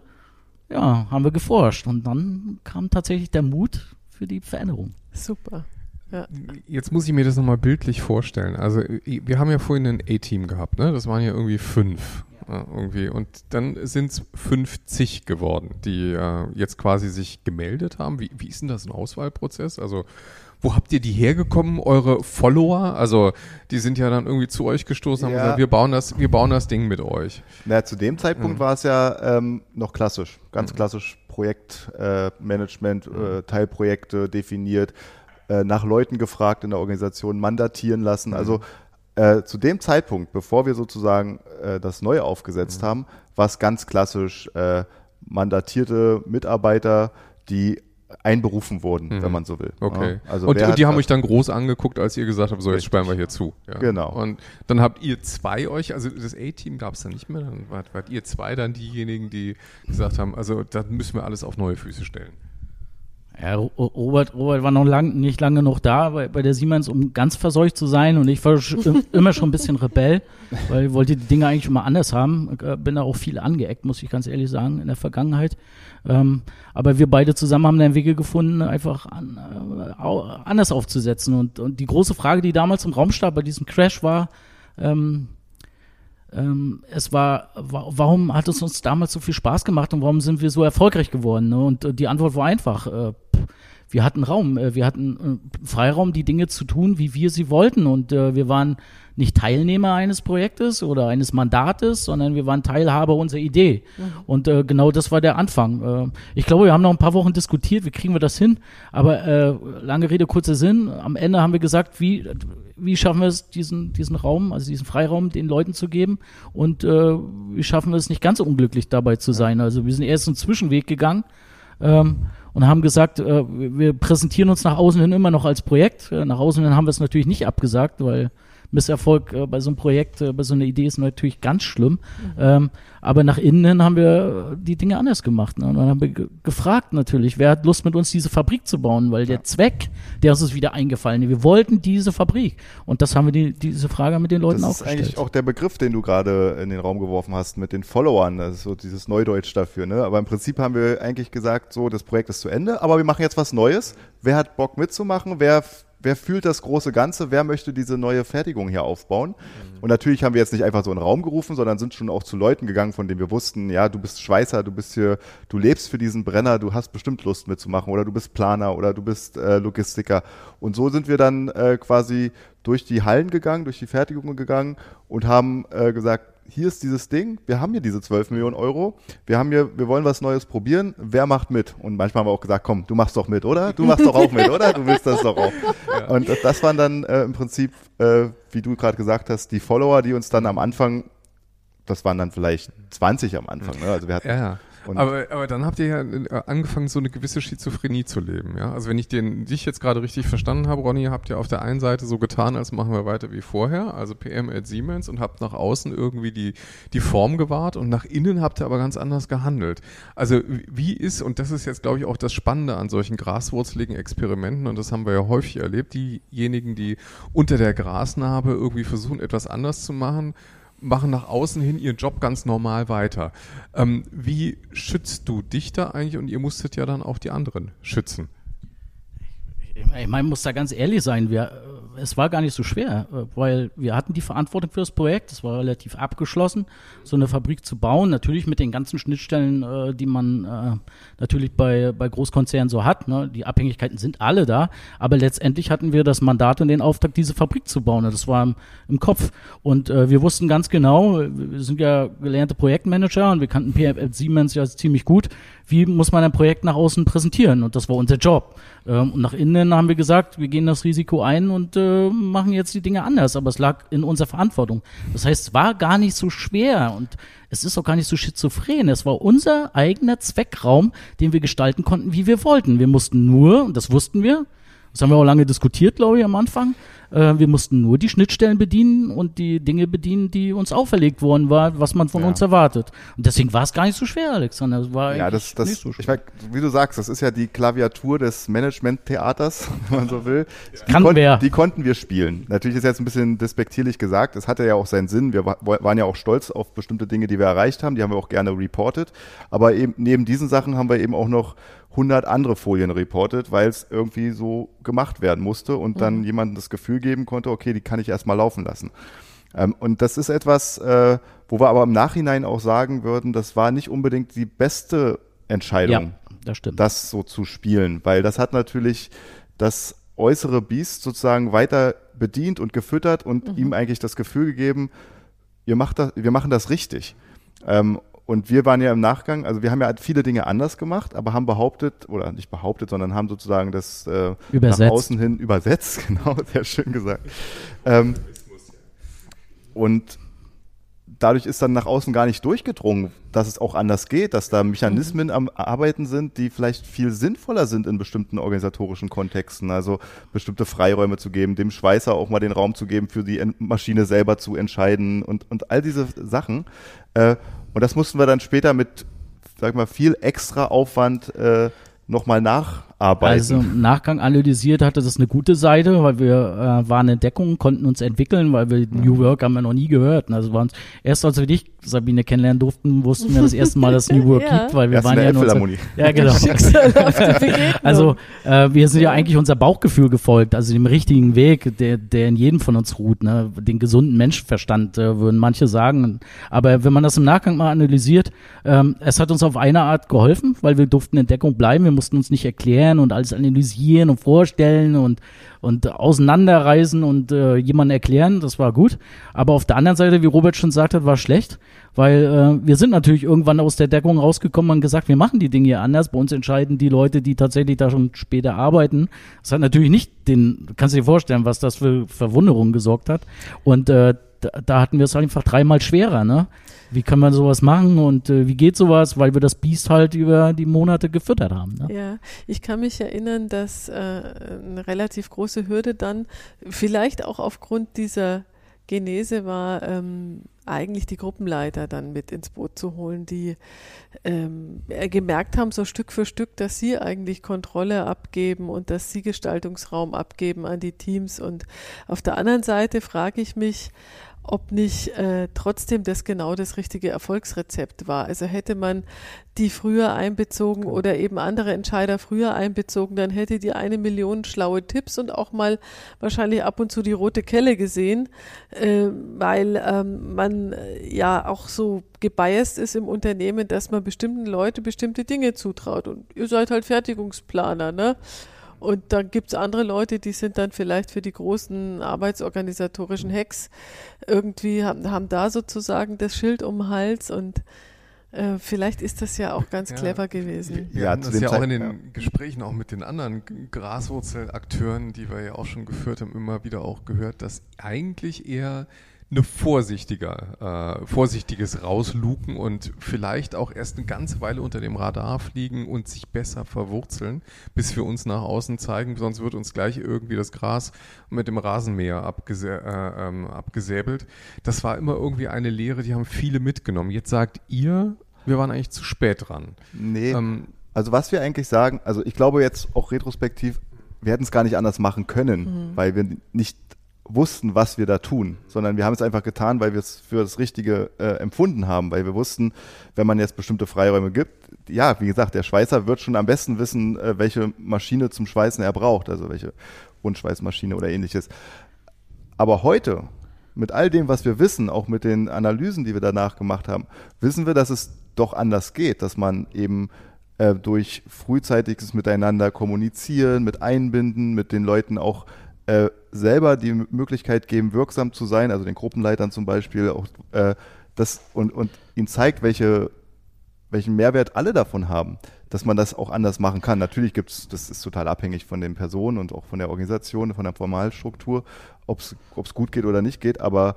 ja, haben wir geforscht, und dann kam tatsächlich der Mut für die Veränderung. Super. Ja. Jetzt muss ich mir das nochmal bildlich vorstellen. Also wir haben ja vorhin ein A-Team gehabt, ne? Das waren ja irgendwie fünf. Ja. Ja, irgendwie. Und dann sind es fünfzig geworden, die äh, jetzt quasi sich gemeldet haben. Wie, wie ist denn das ein Auswahlprozess? Also wo habt ihr die hergekommen, eure Follower? Also die sind ja dann irgendwie zu euch gestoßen und ja. haben gesagt, wir bauen das, wir bauen das Ding mit euch. Na, zu dem Zeitpunkt ja. war es ja ähm, noch klassisch, ganz mhm. klassisch Projektmanagement, äh, äh, Teilprojekte definiert, äh, nach Leuten gefragt in der Organisation, mandatieren lassen. Mhm. Also äh, zu dem Zeitpunkt, bevor wir sozusagen äh, das neu aufgesetzt mhm. haben, war es ganz klassisch äh, mandatierte Mitarbeiter, die einberufen wurden, mhm. wenn man so will. Okay. Ja, also und, und die haben euch dann groß angeguckt, als ihr gesagt habt, so jetzt sperren wir hier zu. Ja. Genau. Und dann habt ihr zwei euch, also das A-Team gab es dann nicht mehr, dann wart, wart ihr zwei dann diejenigen, die gesagt haben, also da müssen wir alles auf neue Füße stellen. Ja, Robert, Robert war noch lang, nicht lange noch da bei, bei der Siemens, um ganz verseucht zu sein, und ich war sch- immer schon ein bisschen Rebell, weil ich wollte die Dinge eigentlich immer anders haben. Bin da auch viel angeeckt, muss ich ganz ehrlich sagen, in der Vergangenheit. Ähm, aber wir beide zusammen haben dann Wege gefunden, einfach an, äh, anders aufzusetzen. Und, und die große Frage, die damals im Raum stand bei diesem Crash, war, ähm, Ähm, es war, wa- warum hat es uns damals so viel Spaß gemacht und warum sind wir so erfolgreich geworden? Ne? Und äh, die Antwort war einfach, äh, pff, wir hatten Raum, äh, wir hatten äh, Freiraum, die Dinge zu tun, wie wir sie wollten, und äh, wir waren nicht Teilnehmer eines Projektes oder eines Mandates, sondern wir waren Teilhaber unserer Idee. Mhm. Und äh, genau das war der Anfang. Äh, ich glaube, wir haben noch ein paar Wochen diskutiert, wie kriegen wir das hin? Aber äh, lange Rede, kurzer Sinn, am Ende haben wir gesagt, wie, wie schaffen wir es, diesen, diesen Raum, also diesen Freiraum den Leuten zu geben, und äh, wie schaffen wir es, nicht ganz so unglücklich dabei zu sein? Also wir sind erst einen Zwischenweg gegangen, ähm, und haben gesagt, äh, wir präsentieren uns nach außen hin immer noch als Projekt. Äh, nach außen hin haben wir es natürlich nicht abgesagt, weil Misserfolg äh, bei so einem Projekt, äh, bei so einer Idee ist natürlich ganz schlimm. Mhm. Ähm, aber nach innen hin haben wir die Dinge anders gemacht. Ne? Und dann haben wir ge- gefragt natürlich, wer hat Lust, mit uns diese Fabrik zu bauen? Weil der ja. Zweck, der ist uns wieder eingefallen. Wir wollten diese Fabrik. Und das haben wir die, diese Frage mit den Leuten auch gestellt. Das ist eigentlich auch der Begriff, den du gerade in den Raum geworfen hast mit den Followern. Das ist so dieses Neudeutsch dafür. Ne? Aber im Prinzip haben wir eigentlich gesagt, so, das Projekt ist zu Ende, aber wir machen jetzt was Neues. Wer hat Bock mitzumachen? Wer Wer fühlt das große Ganze? Wer möchte diese neue Fertigung hier aufbauen? Mhm. Und natürlich haben wir jetzt nicht einfach so einen Raum gerufen, sondern sind schon auch zu Leuten gegangen, von denen wir wussten, ja, du bist Schweißer, du bist hier, du lebst für diesen Brenner, du hast bestimmt Lust mitzumachen, oder du bist Planer oder du bist äh, Logistiker. Und so sind wir dann äh, quasi durch die Hallen gegangen, durch die Fertigungen gegangen und haben äh, gesagt, hier ist dieses Ding, wir haben hier diese zwölf Millionen Euro, wir haben hier, wir wollen was Neues probieren, wer macht mit? Und manchmal haben wir auch gesagt, komm, du machst doch mit, oder? Du machst doch auch mit, oder? Du willst das doch auch. Ja. Und das, das waren dann äh, im Prinzip, äh, wie du gerade gesagt hast, die Follower, die uns dann am Anfang, das waren dann vielleicht zwanzig am Anfang, ne? Also wir hatten... Ja. Aber, aber dann habt ihr ja angefangen, so eine gewisse Schizophrenie zu leben, ja. Also wenn ich den, dich jetzt gerade richtig verstanden habe, Ronny, habt ihr auf der einen Seite so getan, als machen wir weiter wie vorher, also P M at Siemens, und habt nach außen irgendwie die, die Form gewahrt, und nach innen habt ihr aber ganz anders gehandelt. Also wie ist, und das ist jetzt, glaube ich, auch das Spannende an solchen graswurzeligen Experimenten, und das haben wir ja häufig erlebt, diejenigen, die unter der Grasnarbe irgendwie versuchen, etwas anders zu machen, machen nach außen hin ihren Job ganz normal weiter. Ähm, wie schützt du dich da eigentlich? Und ihr musstet ja dann auch die anderen schützen. Ich meine, muss da ganz ehrlich sein, wir, es war gar nicht so schwer, weil wir hatten die Verantwortung für das Projekt, es war relativ abgeschlossen, so eine Fabrik zu bauen, natürlich mit den ganzen Schnittstellen, die man natürlich bei, bei Großkonzernen so hat, ne? Die Abhängigkeiten sind alle da, aber letztendlich hatten wir das Mandat und den Auftrag, diese Fabrik zu bauen, das war im, im Kopf, und äh, wir wussten ganz genau, wir sind ja gelernte Projektmanager und wir kannten P M at Siemens ja ziemlich gut, wie muss man ein Projekt nach außen präsentieren, und das war unser Job. Ähm, und nach innen haben wir gesagt, wir gehen das Risiko ein und äh, machen jetzt die Dinge anders, aber es lag in unserer Verantwortung. Das heißt, es war gar nicht so schwer und es ist auch gar nicht so schizophren. Es war unser eigener Zweckraum, den wir gestalten konnten, wie wir wollten. Wir mussten nur, und das wussten wir, das haben wir auch lange diskutiert, glaube ich, am Anfang, äh, wir mussten nur die Schnittstellen bedienen und die Dinge bedienen, die uns auferlegt worden war, was man von ja. uns erwartet. Und deswegen war es gar nicht so schwer, Alexander. Es war ja, das, das, nicht so schwer. Ich weiß, wie du sagst, das ist ja die Klaviatur des Management-Theaters, wenn man so will. Die, Kann kon- wer. die konnten wir spielen. Natürlich ist jetzt ein bisschen despektierlich gesagt. Es hatte ja auch seinen Sinn. Wir wa- waren ja auch stolz auf bestimmte Dinge, die wir erreicht haben. Die haben wir auch gerne reported. Aber eben neben diesen Sachen haben wir eben auch noch hundert andere Folien reportet, weil es irgendwie so gemacht werden musste und dann mhm. jemandem das Gefühl geben konnte, okay, die kann ich erstmal laufen lassen. Ähm, und das ist etwas, äh, wo wir aber im Nachhinein auch sagen würden, das war nicht unbedingt die beste Entscheidung, ja, das stimmt. das so zu spielen, weil das hat natürlich das äußere Biest sozusagen weiter bedient und gefüttert und mhm. ihm eigentlich das Gefühl gegeben, ihr macht das, wir machen das richtig. Ähm, Und wir waren ja im Nachgang, also wir haben ja viele Dinge anders gemacht, aber haben behauptet, oder nicht behauptet, sondern haben sozusagen das äh, nach außen hin übersetzt, genau, sehr schön gesagt. Ähm, und dadurch ist dann nach außen gar nicht durchgedrungen, dass es auch anders geht, dass da Mechanismen am Arbeiten sind, die vielleicht viel sinnvoller sind in bestimmten organisatorischen Kontexten. Also bestimmte Freiräume zu geben, dem Schweißer auch mal den Raum zu geben, für die Maschine selber zu entscheiden und, und all diese Sachen. Äh, und das mussten wir dann später mit, sag mal, viel extra Aufwand äh, nochmal nacharbeiten. Also im Nachgang analysiert hatte das eine gute Seite, weil wir äh, waren in Deckung, konnten uns entwickeln, weil wir New Work haben wir noch nie gehört. Also waren erst als wir dich, Sabine, kennenlernen durften, wussten wir das erste Mal, dass New Work ja. gibt, weil wir Erst waren in ja der in unser, ja genau. Schicksalhafte Begegnung. Also äh, wir sind ja eigentlich unser Bauchgefühl gefolgt, also dem richtigen Weg, der, der in jedem von uns ruht, ne? Den gesunden Menschenverstand, äh, würden manche sagen. Aber wenn man das im Nachgang mal analysiert, ähm, es hat uns auf eine Art geholfen, weil wir durften in Deckung bleiben, wir mussten uns nicht erklären und alles analysieren und vorstellen und und auseinanderreißen und äh, jemandem erklären, das war gut. Aber auf der anderen Seite, wie Robert schon gesagt hat, war schlecht, weil äh, wir sind natürlich irgendwann aus der Deckung rausgekommen und gesagt, wir machen die Dinge hier anders. Bei uns entscheiden die Leute, die tatsächlich da schon später arbeiten. Das hat natürlich nicht den, kannst du dir vorstellen, was das für Verwunderung gesorgt hat. Und äh, da, da hatten wir es einfach dreimal schwerer, ne? Wie kann man sowas machen und äh, wie geht sowas, weil wir das Biest halt über die Monate gefüttert haben. Ne? Ja, ich kann mich erinnern, dass äh, eine relativ große Hürde dann, vielleicht auch aufgrund dieser Genese war, ähm, eigentlich die Gruppenleiter dann mit ins Boot zu holen, die ähm, gemerkt haben, so Stück für Stück, dass sie eigentlich Kontrolle abgeben und dass sie Gestaltungsraum abgeben an die Teams. Und auf der anderen Seite frage ich mich, ob nicht äh, trotzdem das genau das richtige Erfolgsrezept war. Also hätte man die früher einbezogen oder eben andere Entscheider früher einbezogen, dann hätte die eine Million schlaue Tipps und auch mal wahrscheinlich ab und zu die rote Kelle gesehen, äh, weil ähm, man äh, ja auch so gebiased ist im Unternehmen, dass man bestimmten Leuten bestimmte Dinge zutraut. Und ihr seid halt Fertigungsplaner, ne? Und dann gibt es andere Leute, die sind dann vielleicht für die großen arbeitsorganisatorischen Hacks irgendwie, haben, haben da sozusagen das Schild um den Hals und äh, vielleicht ist das ja auch ganz ja, clever gewesen. Wir ja, hatten zu das dem ja auch in Zeit- den ja. Gesprächen auch mit den anderen Graswurzelakteuren, die wir ja auch schon geführt haben, immer wieder auch gehört, dass eigentlich eher eine vorsichtiger, äh, vorsichtiges Rausluken und vielleicht auch erst eine ganze Weile unter dem Radar fliegen und sich besser verwurzeln, bis wir uns nach außen zeigen, sonst wird uns gleich irgendwie das Gras mit dem Rasenmäher abgesä äh, ähm, abgesäbelt. Das war immer irgendwie eine Lehre, die haben viele mitgenommen. Jetzt sagt ihr, wir waren eigentlich zu spät dran. Nee, Ähm, also was wir eigentlich sagen, also ich glaube jetzt auch retrospektiv, wir hätten es gar nicht anders machen können, Mhm. weil wir nicht wussten, was wir da tun, sondern wir haben es einfach getan, weil wir es für das Richtige äh, empfunden haben, weil wir wussten, wenn man jetzt bestimmte Freiräume gibt, ja, wie gesagt, der Schweißer wird schon am besten wissen, äh, welche Maschine zum Schweißen er braucht, also welche Rundschweißmaschine oder ähnliches. Aber heute, mit all dem, was wir wissen, auch mit den Analysen, die wir danach gemacht haben, wissen wir, dass es doch anders geht, dass man eben äh, durch frühzeitiges Miteinander kommunizieren, mit einbinden, mit den Leuten auch äh, selber die Möglichkeit geben, wirksam zu sein, also den Gruppenleitern zum Beispiel, auch äh, das und, und ihnen zeigt, welche, welchen Mehrwert alle davon haben, dass man das auch anders machen kann. Natürlich gibt es, das ist total abhängig von den Personen und auch von der Organisation, von der Formalstruktur, ob es gut geht oder nicht geht, aber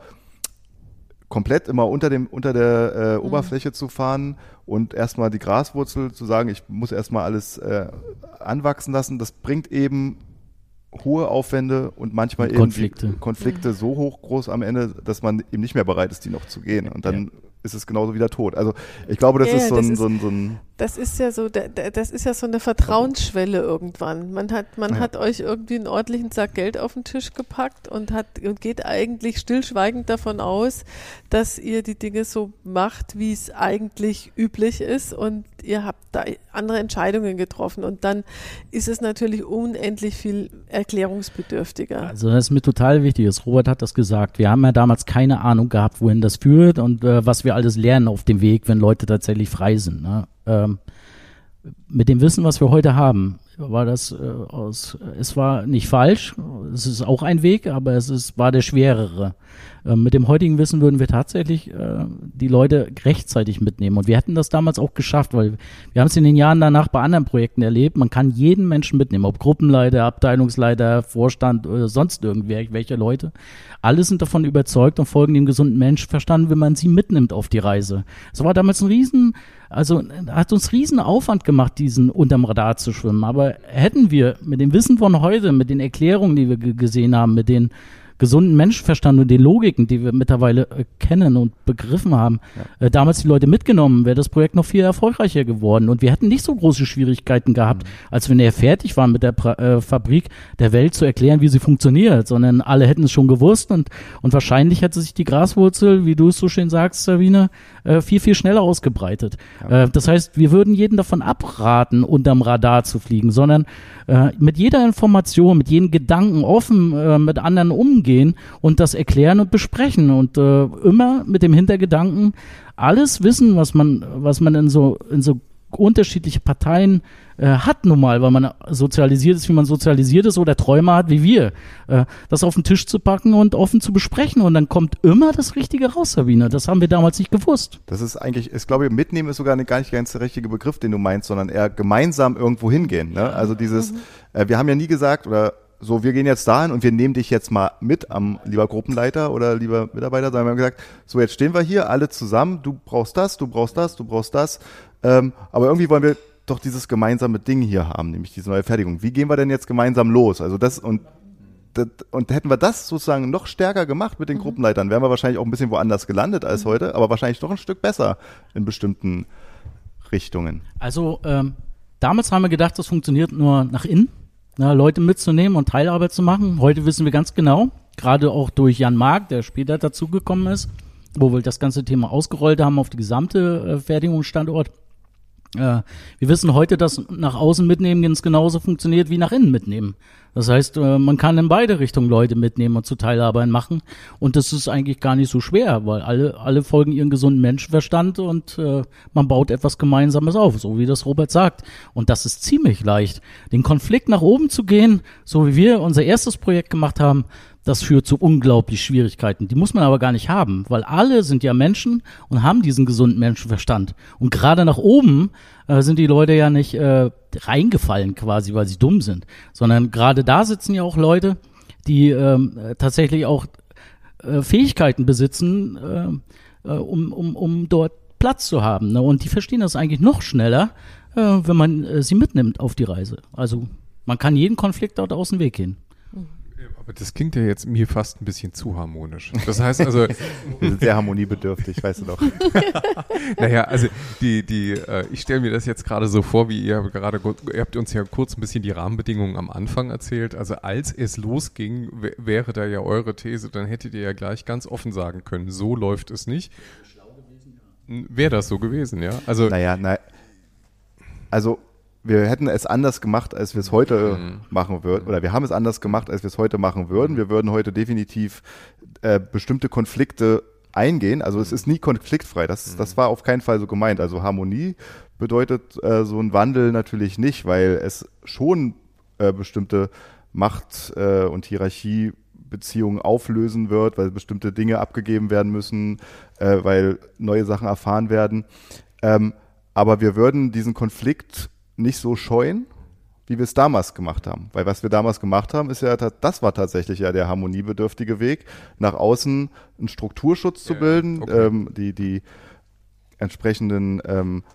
komplett immer unter dem unter der äh, Mhm. Oberfläche zu fahren und erstmal die Graswurzel zu sagen, ich muss erstmal alles äh, anwachsen lassen, das bringt eben hohe Aufwände und manchmal Und eben Konflikte. die Konflikte so hoch groß am Ende, dass man eben nicht mehr bereit ist, die noch zu gehen. Und dann Ja. ist es genauso wieder tot. Also ich glaube, das Ja, ist so das ein, ist- so ein, so ein Das ist ja so, da- da- das ist ja so eine Vertrauensschwelle irgendwann. Man hat, man Ja. hat euch irgendwie einen ordentlichen Sack Geld auf den Tisch gepackt und hat und geht eigentlich stillschweigend davon aus, dass ihr die Dinge so macht, wie es eigentlich üblich ist und ihr habt da andere Entscheidungen getroffen und dann ist es natürlich unendlich viel erklärungsbedürftiger. Also das ist mir total wichtig. Das Robert hat das gesagt. Wir haben ja damals keine Ahnung gehabt, wohin das führt und äh, was wir alles lernen auf dem Weg, wenn Leute tatsächlich frei sind. Ne? Ähm, mit dem Wissen, was wir heute haben, war das äh, aus, es war nicht falsch, es ist auch ein Weg, aber es ist, war der schwerere. Äh, mit dem heutigen Wissen würden wir tatsächlich äh, die Leute rechtzeitig mitnehmen. Und wir hätten das damals auch geschafft, weil wir haben es in den Jahren danach bei anderen Projekten erlebt, man kann jeden Menschen mitnehmen, ob Gruppenleiter, Abteilungsleiter, Vorstand oder sonst irgendwelche Leute. Alle sind davon überzeugt und folgen dem gesunden Menschenverstand, wenn man sie mitnimmt auf die Reise. Es war damals ein riesen Also hat uns riesen Aufwand gemacht, diesen unterm Radar zu schwimmen. Aber hätten wir mit dem Wissen von heute, mit den Erklärungen, die wir g- gesehen haben, mit den gesunden Menschenverstand und den Logiken, die wir mittlerweile äh, kennen und begriffen haben, ja. äh, damals die Leute mitgenommen, wäre das Projekt noch viel erfolgreicher geworden. Und wir hätten nicht so große Schwierigkeiten gehabt, mhm. als wir näher fertig waren mit der pra- äh, Fabrik der Welt zu erklären, wie sie funktioniert, sondern alle hätten es schon gewusst und, und wahrscheinlich hätte sich die Graswurzel, wie du es so schön sagst, Sabine, äh, viel, viel schneller ausgebreitet. Ja. Äh, das heißt, wir würden jeden davon abraten, unterm Radar zu fliegen, sondern äh, mit jeder Information, mit jedem Gedanken offen äh, mit anderen umgehen und das erklären und besprechen und äh, immer mit dem Hintergedanken, alles Wissen, was man, was man in so, in so unterschiedliche Parteien äh, hat nun mal, weil man sozialisiert ist, wie man sozialisiert ist oder Träume hat, wie wir, äh, das auf den Tisch zu packen und offen zu besprechen und dann kommt immer das Richtige raus, Sabine. Das haben wir damals nicht gewusst. Das ist eigentlich, ich glaube, mitnehmen ist sogar nicht, gar nicht ganz der richtige Begriff, den du meinst, sondern eher gemeinsam irgendwo hingehen. Ne? Also dieses, mhm. äh, wir haben ja nie gesagt, oder so, wir gehen jetzt dahin und wir nehmen dich jetzt mal mit, am lieber Gruppenleiter oder lieber Mitarbeiter, sondern wir haben gesagt, so jetzt stehen wir hier alle zusammen, du brauchst das, du brauchst das, du brauchst das, ähm, aber irgendwie wollen wir doch dieses gemeinsame Ding hier haben, nämlich diese neue Fertigung. Wie gehen wir denn jetzt gemeinsam los? Also das und das, und hätten wir das sozusagen noch stärker gemacht mit den mhm. Gruppenleitern, wären wir wahrscheinlich auch ein bisschen woanders gelandet als mhm. heute, aber wahrscheinlich doch ein Stück besser in bestimmten Richtungen. Also ähm, damals haben wir gedacht, das funktioniert nur nach innen. Na, Leute mitzunehmen und Teilarbeit zu machen. Heute wissen wir ganz genau, gerade auch durch Jan Mark, der später dazugekommen ist, wo wir das ganze Thema ausgerollt haben auf die gesamte äh, Fertigungsstandort. Äh, wir wissen heute, dass nach außen mitnehmen ganz genauso funktioniert wie nach innen mitnehmen. Das heißt, äh, man kann in beide Richtungen Leute mitnehmen und zu Teilarbeit machen und das ist eigentlich gar nicht so schwer, weil alle alle folgen ihren gesunden Menschenverstand und äh, man baut etwas Gemeinsames auf, so wie das Robert sagt. Und das ist ziemlich leicht. Den Konflikt nach oben zu gehen, so wie wir unser erstes Projekt gemacht haben, das führt zu unglaublich Schwierigkeiten. Die muss man aber gar nicht haben, weil alle sind ja Menschen und haben diesen gesunden Menschenverstand. Und gerade nach oben äh, sind die Leute ja nicht äh, reingefallen quasi, weil sie dumm sind, sondern gerade da sitzen ja auch Leute, die ähm, tatsächlich auch äh, Fähigkeiten besitzen, äh, äh, um, um, um dort Platz zu haben. Ne? Und die verstehen das eigentlich noch schneller, äh, wenn man äh, sie mitnimmt auf die Reise. Also man kann jeden Konflikt dort aus dem Weg gehen. Aber das klingt ja jetzt mir fast ein bisschen zu harmonisch. Das heißt also... Wir sind sehr harmoniebedürftig, weißt du doch. Naja, also die, die, äh, ich stelle mir das jetzt gerade so vor, wie ihr gerade, ihr habt uns ja kurz ein bisschen die Rahmenbedingungen am Anfang erzählt. Also als es losging, w- wäre da ja eure These, dann hättet ihr ja gleich ganz offen sagen können, so läuft es nicht. Wäre das so gewesen, ja? Also, naja, na, also... Wir hätten es anders gemacht, als wir es heute mhm. machen würden. Oder wir haben es anders gemacht, als wir es heute machen würden. Wir würden heute definitiv äh, bestimmte Konflikte eingehen. Also es ist nie konfliktfrei. Das, das war auf keinen Fall so gemeint. Also Harmonie bedeutet äh, so ein Wandel natürlich nicht, weil es schon äh, bestimmte Macht- äh, und Hierarchiebeziehungen auflösen wird, weil bestimmte Dinge abgegeben werden müssen, äh, weil neue Sachen erfahren werden. Ähm, aber wir würden diesen Konflikt nicht so scheuen, wie wir es damals gemacht haben. Weil was wir damals gemacht haben, ist ja, das war tatsächlich ja der harmoniebedürftige Weg, nach außen einen Strukturschutz zu bilden, okay. ähm, die, die entsprechenden ähm,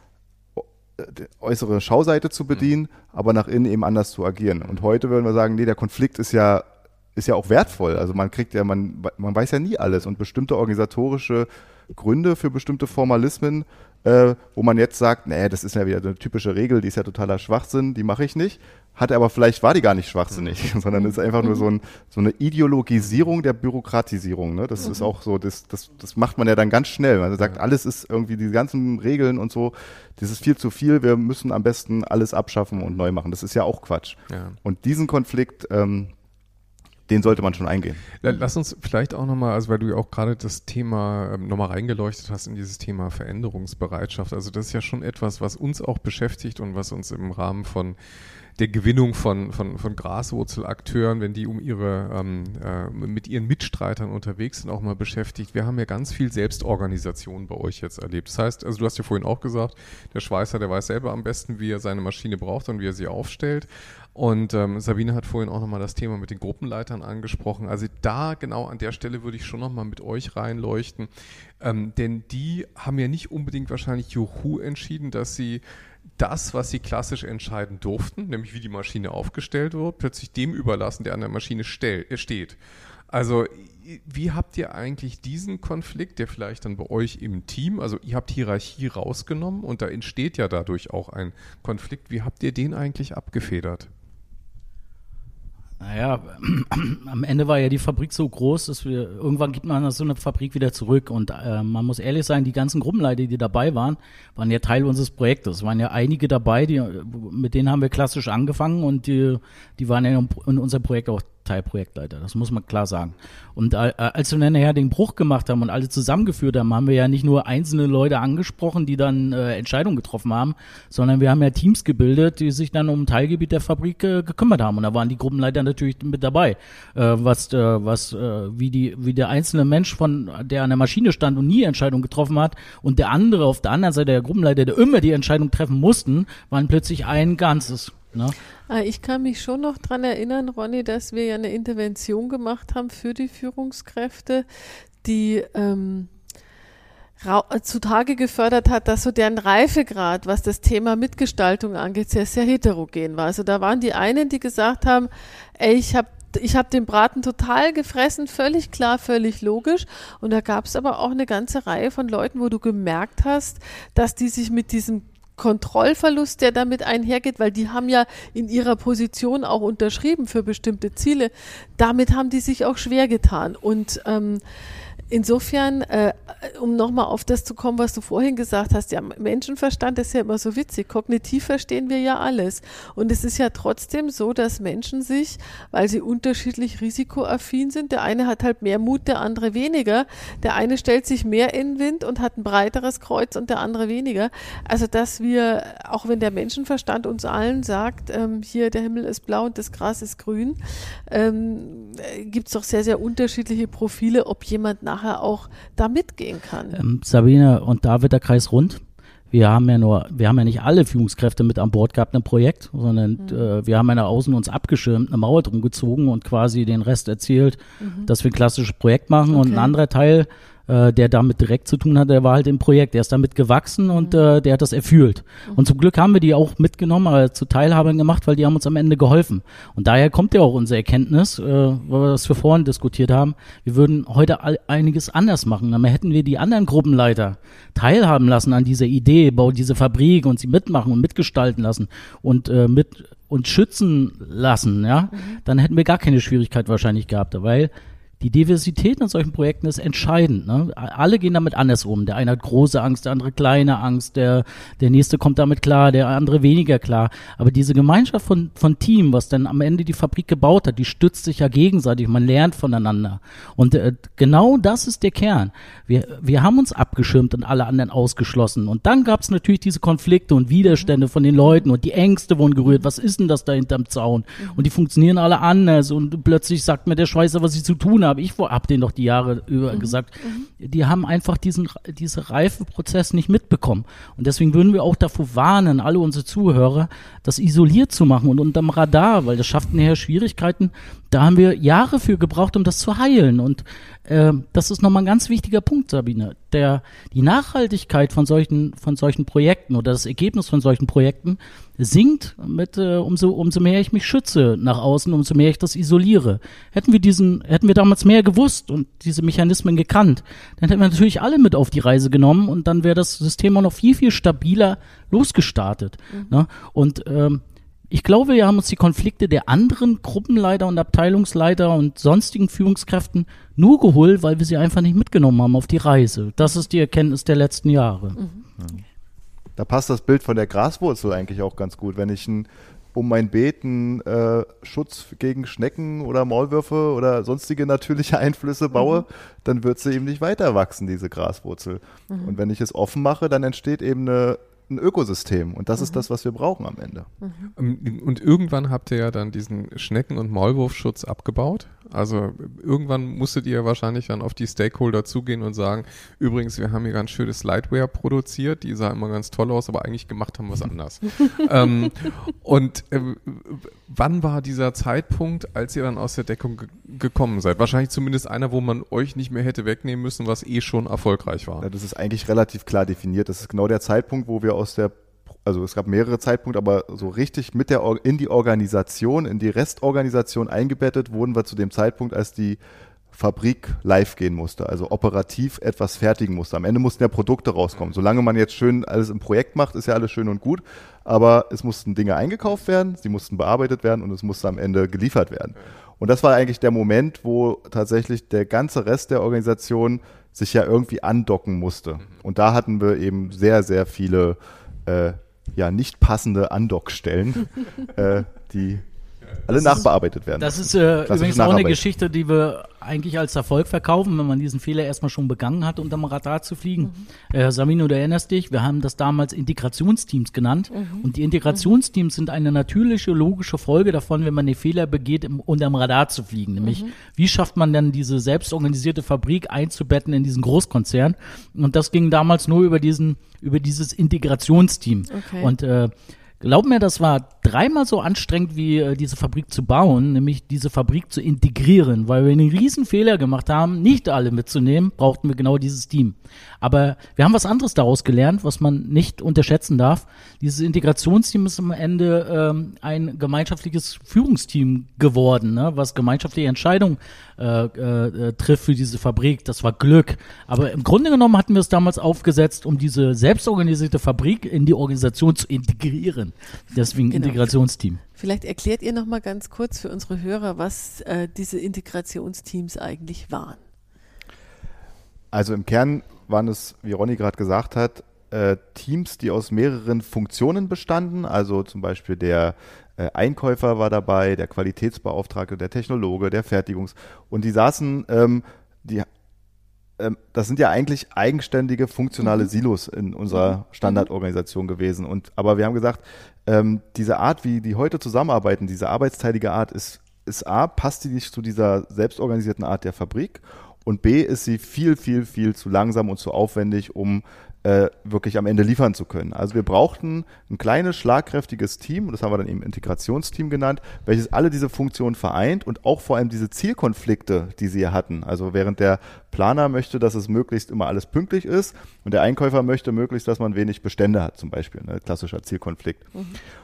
äußere Schauseite zu bedienen, mhm. aber nach innen eben anders zu agieren. Und heute würden wir sagen, nee, der Konflikt ist ja, ist ja auch wertvoll. Also man kriegt ja, man, man weiß ja nie alles und bestimmte organisatorische Gründe für bestimmte Formalismen, äh, wo man jetzt sagt, nee, das ist ja wieder eine typische Regel, die ist ja totaler Schwachsinn, die mache ich nicht. Hatte aber vielleicht war die gar nicht schwachsinnig, mhm. sondern ist einfach nur so, ein, so eine Ideologisierung der Bürokratisierung. Ne? Das mhm. ist auch so, das, das, das macht man ja dann ganz schnell. Man sagt, alles ist irgendwie, die ganzen Regeln und so, das ist viel zu viel, wir müssen am besten alles abschaffen und neu machen. Das ist ja auch Quatsch. Ja. Und diesen Konflikt, ähm, den sollte man schon eingehen. Lass uns vielleicht auch nochmal, also weil du ja auch gerade das Thema ähm, nochmal reingeleuchtet hast in dieses Thema Veränderungsbereitschaft. Also das ist ja schon etwas, was uns auch beschäftigt und was uns im Rahmen von der Gewinnung von, von, von Graswurzelakteuren, wenn die um ihre, ähm, äh, mit ihren Mitstreitern unterwegs sind, auch mal beschäftigt. Wir haben ja ganz viel Selbstorganisation bei euch jetzt erlebt. Das heißt, also du hast ja vorhin auch gesagt, der Schweißer, der weiß selber am besten, wie er seine Maschine braucht und wie er sie aufstellt. Und ähm, Sabine hat vorhin auch nochmal das Thema mit den Gruppenleitern angesprochen. Also da genau an der Stelle würde ich schon nochmal mit euch reinleuchten. Ähm, denn die haben ja nicht unbedingt wahrscheinlich Juhu entschieden, dass sie das, was sie klassisch entscheiden durften, nämlich wie die Maschine aufgestellt wird, plötzlich dem überlassen, der an der Maschine stell, äh, steht. Also wie habt ihr eigentlich diesen Konflikt, der vielleicht dann bei euch im Team, also ihr habt Hierarchie rausgenommen und da entsteht ja dadurch auch ein Konflikt, wie habt ihr den eigentlich abgefedert? Naja, am Ende war ja die Fabrik so groß, dass wir, irgendwann gibt man so eine Fabrik wieder zurück und äh, man muss ehrlich sein, die ganzen Gruppenleiter, die dabei waren, waren ja Teil unseres Projektes. Es waren ja einige dabei, die, mit denen haben wir klassisch angefangen und die, die waren ja in unserem Projekt auch Teilprojektleiter, das muss man klar sagen. Und äh, als wir dann nachher den Bruch gemacht haben und alle zusammengeführt haben, haben wir ja nicht nur einzelne Leute angesprochen, die dann äh, Entscheidungen getroffen haben, sondern wir haben ja Teams gebildet, die sich dann um ein Teilgebiet der Fabrik äh, gekümmert haben. Und da waren die Gruppenleiter natürlich mit dabei, äh, was, äh, was, äh, wie die, wie der einzelne Mensch von, der an der Maschine stand und nie Entscheidungen getroffen hat, und der andere auf der anderen Seite, der Gruppenleiter, der immer die Entscheidung treffen mussten, waren plötzlich ein Ganzes. Ne? Ich kann mich schon noch dran erinnern, Ronny, dass wir ja eine Intervention gemacht haben für die Führungskräfte, die ähm, zutage gefördert hat, dass so deren Reifegrad, was das Thema Mitgestaltung angeht, sehr, sehr heterogen war. Also da waren die einen, die gesagt haben, ey, ich habe Ich habe den Braten total gefressen, völlig klar, völlig logisch. Und da gab es aber auch eine ganze Reihe von Leuten, wo du gemerkt hast, dass die sich mit diesem Kontrollverlust, der damit einhergeht, weil die haben ja in ihrer Position auch unterschrieben für bestimmte Ziele. Damit haben die sich auch schwer getan. Und ähm, insofern, äh, um nochmal auf das zu kommen, was du vorhin gesagt hast, ja, Menschenverstand ist ja immer so witzig. Kognitiv verstehen wir ja alles. Und es ist ja trotzdem so, dass Menschen sich, weil sie unterschiedlich risikoaffin sind, der eine hat halt mehr Mut, der andere weniger. Der eine stellt sich mehr in den Wind und hat ein breiteres Kreuz und der andere weniger. Also, dass wir, auch wenn der Menschenverstand uns allen sagt, ähm, hier der Himmel ist blau und das Gras ist grün, ähm, gibt es doch sehr, sehr unterschiedliche Profile, ob jemand nachher auch da mitgehen kann. Ähm, Sabine, und da wird der Kreis rund. Wir haben ja nur, wir haben ja nicht alle Führungskräfte mit an Bord gehabt im Projekt, sondern mhm. äh, wir haben ja nach außen uns abgeschirmt, eine Mauer drum gezogen und quasi den Rest erzählt, mhm. dass wir ein klassisches Projekt machen. Okay. Und ein anderer Teil, äh, der damit direkt zu tun hat, der war halt im Projekt. Der ist damit gewachsen mhm. und äh, der hat das erfüllt. Mhm. Und zum Glück haben wir die auch mitgenommen, aber zu Teilhabern gemacht, weil die haben uns am Ende geholfen. Und daher kommt ja auch unsere Erkenntnis, äh, weil wir das wir vorhin diskutiert haben, wir würden heute all, einiges anders machen. Dann hätten wir die anderen Gruppenleiter teilhaben lassen an dieser Idee, bauen diese Fabrik und sie mitmachen und mitgestalten lassen und äh, mit und schützen lassen, ja, mhm. dann hätten wir gar keine Schwierigkeit wahrscheinlich gehabt, weil die Diversität in solchen Projekten ist entscheidend. Ne? Alle gehen damit anders um. Der eine hat große Angst, der andere kleine Angst, der, der nächste kommt damit klar, der andere weniger klar. Aber diese Gemeinschaft von, von Team, was dann am Ende die Fabrik gebaut hat, die stützt sich ja gegenseitig, man lernt voneinander. Und äh, genau das ist der Kern. Wir, wir haben uns abgeschirmt und alle anderen ausgeschlossen. Und dann gab es natürlich diese Konflikte und Widerstände von den Leuten und die Ängste wurden gerührt. Was ist denn das da hinterm Zaun? Und die funktionieren alle anders und plötzlich sagt mir der Schweißer, was ich zu tun habe. Ich habe denen doch die Jahre über mhm. gesagt, mhm. die haben einfach diesen, diesen Reifeprozess nicht mitbekommen. Und deswegen würden wir auch davor warnen, alle unsere Zuhörer, das isoliert zu machen und unterm Radar, weil das schafft nachher Schwierigkeiten. Da haben wir Jahre für gebraucht, um das zu heilen. Und äh, das ist nochmal ein ganz wichtiger Punkt, Sabine. Der, die Nachhaltigkeit von solchen, von solchen Projekten oder das Ergebnis von solchen Projekten sinkt, mit, äh, umso, umso mehr ich mich schütze nach außen, umso mehr ich das isoliere. Hätten wir diesen, hätten wir damals mehr gewusst und diese Mechanismen gekannt, dann hätten wir natürlich alle mit auf die Reise genommen und dann wäre das System auch noch viel, viel stabiler losgestartet. Mhm. Ne? Und ähm, ich glaube, wir haben uns die Konflikte der anderen Gruppenleiter und Abteilungsleiter und sonstigen Führungskräften nur geholt, weil wir sie einfach nicht mitgenommen haben auf die Reise. Das ist die Erkenntnis der letzten Jahre. Mhm. Da passt das Bild von der Graswurzel eigentlich auch ganz gut. Wenn ich ein um mein Beet einen äh, Schutz gegen Schnecken oder Maulwürfe oder sonstige natürliche Einflüsse baue, mhm. dann wird sie eben nicht weiter wachsen, diese Graswurzel. Mhm. Und wenn ich es offen mache, dann entsteht eben eine, ein Ökosystem. Und das mhm. ist das, was wir brauchen am Ende. Mhm. Und irgendwann habt ihr ja dann diesen Schnecken- und Maulwurfschutz abgebaut. Also irgendwann musstet ihr wahrscheinlich dann auf die Stakeholder zugehen und sagen, übrigens, wir haben hier ganz schönes Slideware produziert, die sah immer ganz toll aus, aber eigentlich gemacht haben wir es anders. ähm, und äh, wann war dieser Zeitpunkt, als ihr dann aus der Deckung ge- gekommen seid? Wahrscheinlich zumindest einer, wo man euch nicht mehr hätte wegnehmen müssen, was eh schon erfolgreich war. Ja, das ist eigentlich relativ klar definiert. Das ist genau der Zeitpunkt, wo wir aus der Also es gab mehrere Zeitpunkte, aber so richtig mit der in die Organisation, in die Restorganisation eingebettet wurden wir zu dem Zeitpunkt, als die Fabrik live gehen musste, also operativ etwas fertigen musste. Am Ende mussten ja Produkte rauskommen. Solange man jetzt schön alles im Projekt macht, ist ja alles schön und gut, aber es mussten Dinge eingekauft werden, sie mussten bearbeitet werden und es musste am Ende geliefert werden. Und das war eigentlich der Moment, wo tatsächlich der ganze Rest der Organisation sich ja irgendwie andocken musste. Und da hatten wir eben sehr, sehr viele äh, ja, nicht passende Andockstellen, äh, die alle das nachbearbeitet ist, werden. Das ist äh, übrigens auch eine Geschichte, die wir eigentlich als Erfolg verkaufen, wenn man diesen Fehler erstmal schon begangen hat, unterm Radar zu fliegen. Mhm. Äh, Sabine, du erinnerst dich, wir haben das damals Integrationsteams genannt. Mhm. Und die Integrationsteams mhm. sind eine natürliche, logische Folge davon, wenn man den Fehler begeht, im, unterm Radar zu fliegen. Nämlich, mhm. wie schafft man dann diese selbstorganisierte Fabrik einzubetten in diesen Großkonzern? Und das ging damals nur über diesen, über dieses Integrationsteam. Okay. Und äh, glaub mir, das war dreimal so anstrengend, wie äh, diese Fabrik zu bauen, nämlich diese Fabrik zu integrieren, weil wir einen riesen Fehler gemacht haben, nicht alle mitzunehmen, brauchten wir genau dieses Team. Aber wir haben was anderes daraus gelernt, was man nicht unterschätzen darf. Dieses Integrationsteam ist am Ende ähm, ein gemeinschaftliches Führungsteam geworden, ne, was gemeinschaftliche Entscheidungen äh, äh, trifft für diese Fabrik. Das war Glück. Aber im Grunde genommen hatten wir es damals aufgesetzt, um diese selbstorganisierte Fabrik in die Organisation zu integrieren. Deswegen genau. Integrationsteam. Vielleicht erklärt ihr noch mal ganz kurz für unsere Hörer, was äh, diese Integrationsteams eigentlich waren. Also im Kern waren es, wie Ronny gerade gesagt hat, äh, Teams, die aus mehreren Funktionen bestanden. Also zum Beispiel der äh, Einkäufer war dabei, der Qualitätsbeauftragte, der Technologe, der Fertigungs- und die saßen, ähm, die das sind ja eigentlich eigenständige, funktionale mhm. Silos in unserer Standardorganisation gewesen. Und, aber wir haben gesagt, ähm, diese Art, wie die heute zusammenarbeiten, diese arbeitsteilige Art ist, ist A, passt die nicht zu dieser selbstorganisierten Art der Fabrik und B, ist sie viel, viel, viel zu langsam und zu aufwendig, um äh, wirklich am Ende liefern zu können. Also wir brauchten ein kleines, schlagkräftiges Team, und das haben wir dann eben Integrationsteam genannt, welches alle diese Funktionen vereint und auch vor allem diese Zielkonflikte, die sie hatten. Also während der Planer möchte, dass es möglichst immer alles pünktlich ist und der Einkäufer möchte möglichst, dass man wenig Bestände hat, zum Beispiel, ne, klassischer Zielkonflikt. Mhm.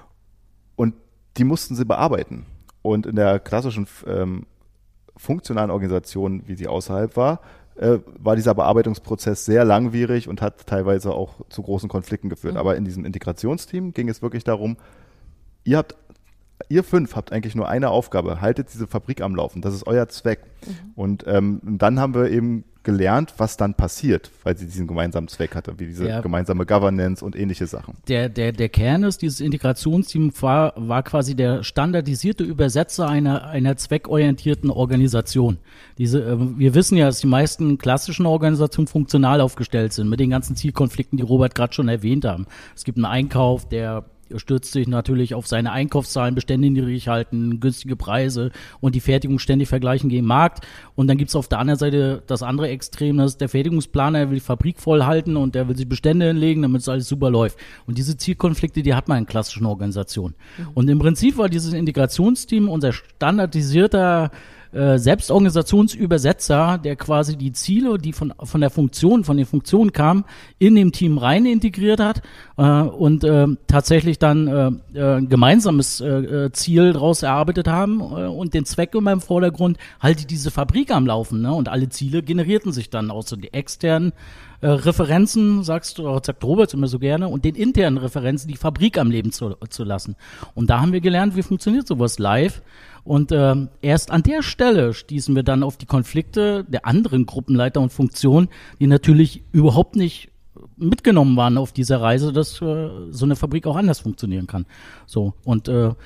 Und die mussten sie bearbeiten. Und in der klassischen ähm, funktionalen Organisation, wie sie außerhalb war, äh, war dieser Bearbeitungsprozess sehr langwierig und hat teilweise auch zu großen Konflikten geführt. Mhm. Aber in diesem Integrationsteam ging es wirklich darum, ihr habt, ihr fünf habt eigentlich nur eine Aufgabe, haltet diese Fabrik am Laufen, das ist euer Zweck. Mhm. Und ähm, dann haben wir eben gelernt, was dann passiert, weil sie diesen gemeinsamen Zweck hatte, wie diese ja. gemeinsame Governance und ähnliche Sachen. Der, der, der Kern ist, dieses Integrationsteam war, war quasi der standardisierte Übersetzer einer, einer zweckorientierten Organisation. Diese, äh, wir wissen ja, dass die meisten klassischen Organisationen funktional aufgestellt sind, mit den ganzen Zielkonflikten, die Robert gerade schon erwähnt haben. Es gibt einen Einkauf, der stürzt sich natürlich auf seine Einkaufszahlen, Bestände niedrig halten, günstige Preise und die Fertigung ständig vergleichen gegen Markt. Und dann gibt's auf der anderen Seite das andere Extrem, das ist der Fertigungsplaner, der will die Fabrik voll halten und der will sich Bestände hinlegen, damit es alles super läuft. Und diese Zielkonflikte, die hat man in klassischen Organisationen. Mhm. Und im Prinzip war dieses Integrationsteam unser standardisierter Äh, Selbstorganisationsübersetzer, der quasi die Ziele, die von von der Funktion, von den Funktionen kamen, in dem Team rein integriert hat äh, und äh, tatsächlich dann äh, äh, ein gemeinsames äh, Ziel daraus erarbeitet haben äh, und den Zweck immer im Vordergrund, halte diese Fabrik am Laufen, ne? Und alle Ziele generierten sich dann aus so die externen äh, Referenzen, sagst du, sagt Robert immer so gerne, und den internen Referenzen die Fabrik am Leben zu, zu lassen. Und da haben wir gelernt, wie funktioniert sowas live. Und ähm, erst an der Stelle stießen wir dann auf die Konflikte der anderen Gruppenleiter und Funktionen, die natürlich überhaupt nicht mitgenommen waren auf dieser Reise, dass äh, so eine Fabrik auch anders funktionieren kann. So, und äh,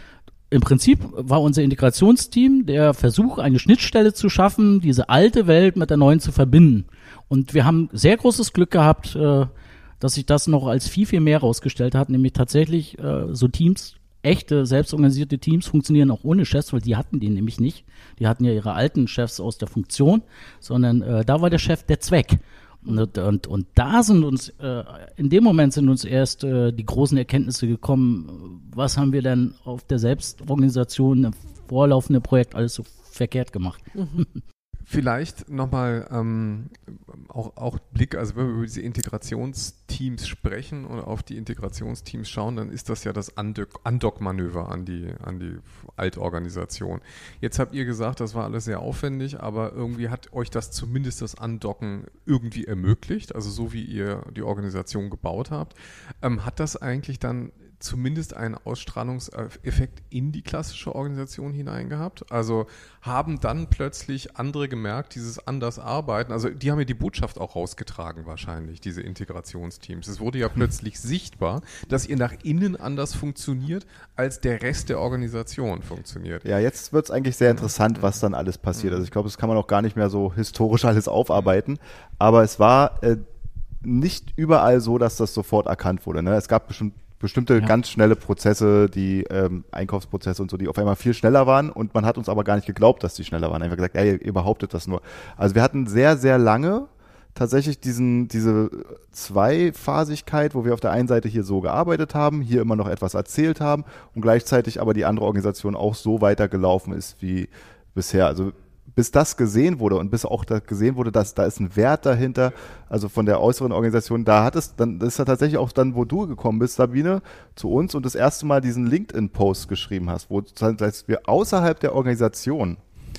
im Prinzip war unser Integrationsteam der Versuch, eine Schnittstelle zu schaffen, diese alte Welt mit der neuen zu verbinden. Und wir haben sehr großes Glück gehabt, äh, dass sich das noch als viel, viel mehr herausgestellt hat, nämlich tatsächlich äh, so Teams, echte, selbstorganisierte Teams funktionieren auch ohne Chefs, weil die hatten die nämlich nicht. Die hatten ja ihre alten Chefs aus der Funktion, sondern äh, da war der Chef der Zweck. Und, und, und da sind uns, äh, in dem Moment sind uns erst äh, die großen Erkenntnisse gekommen, was haben wir denn auf der Selbstorganisation, im vorlaufenden Projekt alles so verkehrt gemacht. Mhm. Vielleicht nochmal ähm, auch, auch Blick, also wenn wir über diese Integrationsteams sprechen und auf die Integrationsteams schauen, dann ist das ja das Andock-Manöver an die, an die Altorganisation. Jetzt habt ihr gesagt, das war alles sehr aufwendig, aber irgendwie hat euch das zumindest das Andocken irgendwie ermöglicht, also so wie ihr die Organisation gebaut habt. Ähm, hat das eigentlich dann zumindest einen Ausstrahlungseffekt in die klassische Organisation hinein gehabt? Also haben dann plötzlich andere gemerkt, dieses anders arbeiten, also die haben ja die Botschaft auch rausgetragen wahrscheinlich, diese Integrationsteams. Es wurde ja plötzlich sichtbar, dass ihr nach innen anders funktioniert, als der Rest der Organisation funktioniert. Ja, jetzt wird es eigentlich sehr interessant, was dann alles passiert. Also ich glaube, das kann man auch gar nicht mehr so historisch alles aufarbeiten, aber es war äh, nicht überall so, dass das sofort erkannt wurde. Ne? Es gab bestimmt bestimmte ja. ganz schnelle Prozesse, die ähm, Einkaufsprozesse und so, die auf einmal viel schneller waren und man hat uns aber gar nicht geglaubt, dass die schneller waren. Einfach gesagt, ey, ihr behauptet das nur. Also wir hatten sehr, sehr lange tatsächlich diesen, diese Zweiphasigkeit, wo wir auf der einen Seite hier so gearbeitet haben, hier immer noch etwas erzählt haben und gleichzeitig aber die andere Organisation auch so weitergelaufen ist wie bisher. Also bis das gesehen wurde und bis auch da gesehen wurde, dass da ist ein Wert dahinter, also von der äußeren Organisation, da hat es, dann ist ja tatsächlich auch dann, wo du gekommen bist, Sabine, zu uns und das erste Mal diesen LinkedIn-Post geschrieben hast, wo dass wir außerhalb der Organisation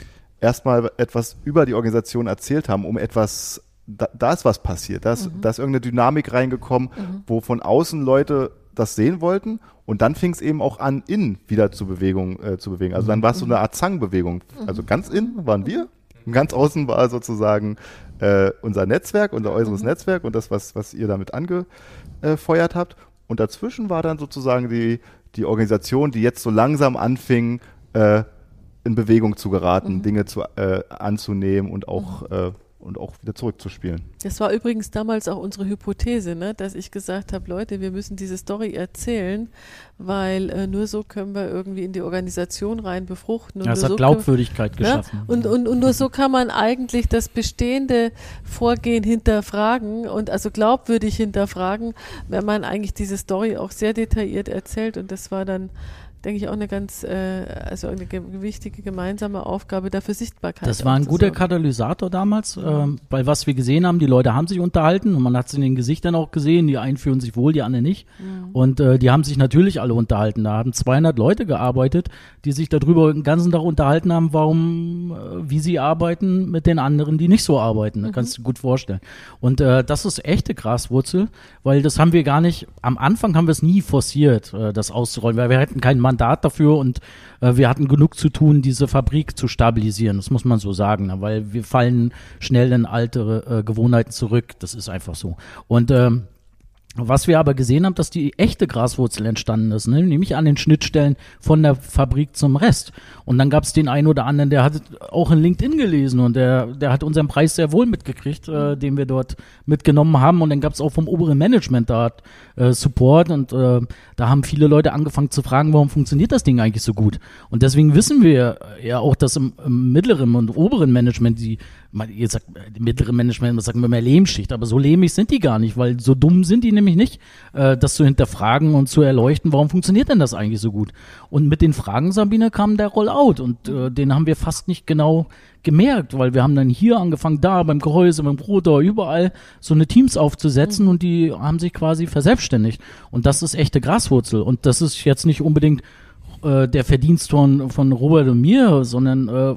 erstmal etwas über die Organisation erzählt haben, um etwas, da, da ist was passiert, da ist, mhm. da ist irgendeine Dynamik reingekommen, mhm. wo von außen Leute das sehen wollten und dann fing es eben auch an, innen wieder zu Bewegung äh, zu bewegen. Also dann war es so eine Art Zang-Bewegung. Also ganz innen waren wir und ganz außen war sozusagen äh, unser Netzwerk, unser äußeres mhm. Netzwerk und das, was, was ihr damit angefeuert habt. Und dazwischen war dann sozusagen die, die Organisation, die jetzt so langsam anfing, äh, in Bewegung zu geraten, mhm. Dinge zu, äh, anzunehmen und auch mhm. äh, und auch wieder zurückzuspielen. Das war übrigens damals auch unsere Hypothese, ne? Dass ich gesagt habe, Leute, wir müssen diese Story erzählen, weil äh, nur so können wir irgendwie in die Organisation rein befruchten. Und ja, es hat so Glaubwürdigkeit können, geschaffen. Ne? Und, und, und nur so kann man eigentlich das bestehende Vorgehen hinterfragen und also glaubwürdig hinterfragen, wenn man eigentlich diese Story auch sehr detailliert erzählt und das war dann denke ich, auch eine ganz, äh, also eine ge- wichtige gemeinsame Aufgabe, dafür Sichtbarkeit. Das war ein guter sorgen. Katalysator damals, äh, weil was wir gesehen haben, die Leute haben sich unterhalten und man hat es in den Gesichtern auch gesehen, die einen fühlen sich wohl, die anderen nicht. Mhm. Und äh, die haben sich natürlich alle unterhalten. Da haben zweihundert Leute gearbeitet, die sich darüber den ganzen Tag unterhalten haben, warum, äh, wie sie arbeiten mit den anderen, die nicht so arbeiten. Das mhm. kannst du dir gut vorstellen. Und äh, das ist echte Graswurzel, weil das haben wir gar nicht, am Anfang haben wir es nie forciert, äh, das auszurollen, weil wir hätten keinen Mandat dafür und äh, wir hatten genug zu tun, diese Fabrik zu stabilisieren, das muss man so sagen, ne? Weil wir fallen schnell in alte äh, Gewohnheiten zurück, das ist einfach so. Und ähm, was wir aber gesehen haben, dass die echte Graswurzel entstanden ist, ne? Nämlich an den Schnittstellen von der Fabrik zum Rest. Und dann gab es den einen oder anderen, der hat auch in LinkedIn gelesen und der, der hat unseren Preis sehr wohl mitgekriegt, äh, den wir dort mitgenommen haben. Und dann gab es auch vom oberen Management da äh, Support und äh, da haben viele Leute angefangen zu fragen, warum funktioniert das Ding eigentlich so gut? Und deswegen wissen wir ja auch, dass im, im mittleren und oberen Management, die, ihr sagt, die mittlere Management, das sagen wir mehr Lehmschicht, aber so lehmig sind die gar nicht, weil so dumm sind die nämlich nicht, äh, das zu hinterfragen und zu erleuchten, warum funktioniert denn das eigentlich so gut? Und mit den Fragen, Sabine, kam der Rollout und äh, den haben wir fast nicht genau gemerkt, weil wir haben dann hier angefangen, da beim Gehäuse, beim Rotor, überall so eine Teams aufzusetzen mhm. und die haben sich quasi verselbstständigt. Und das ist echte Graswurzel und das ist jetzt nicht unbedingt äh, der Verdienst von, von Robert und mir, sondern äh,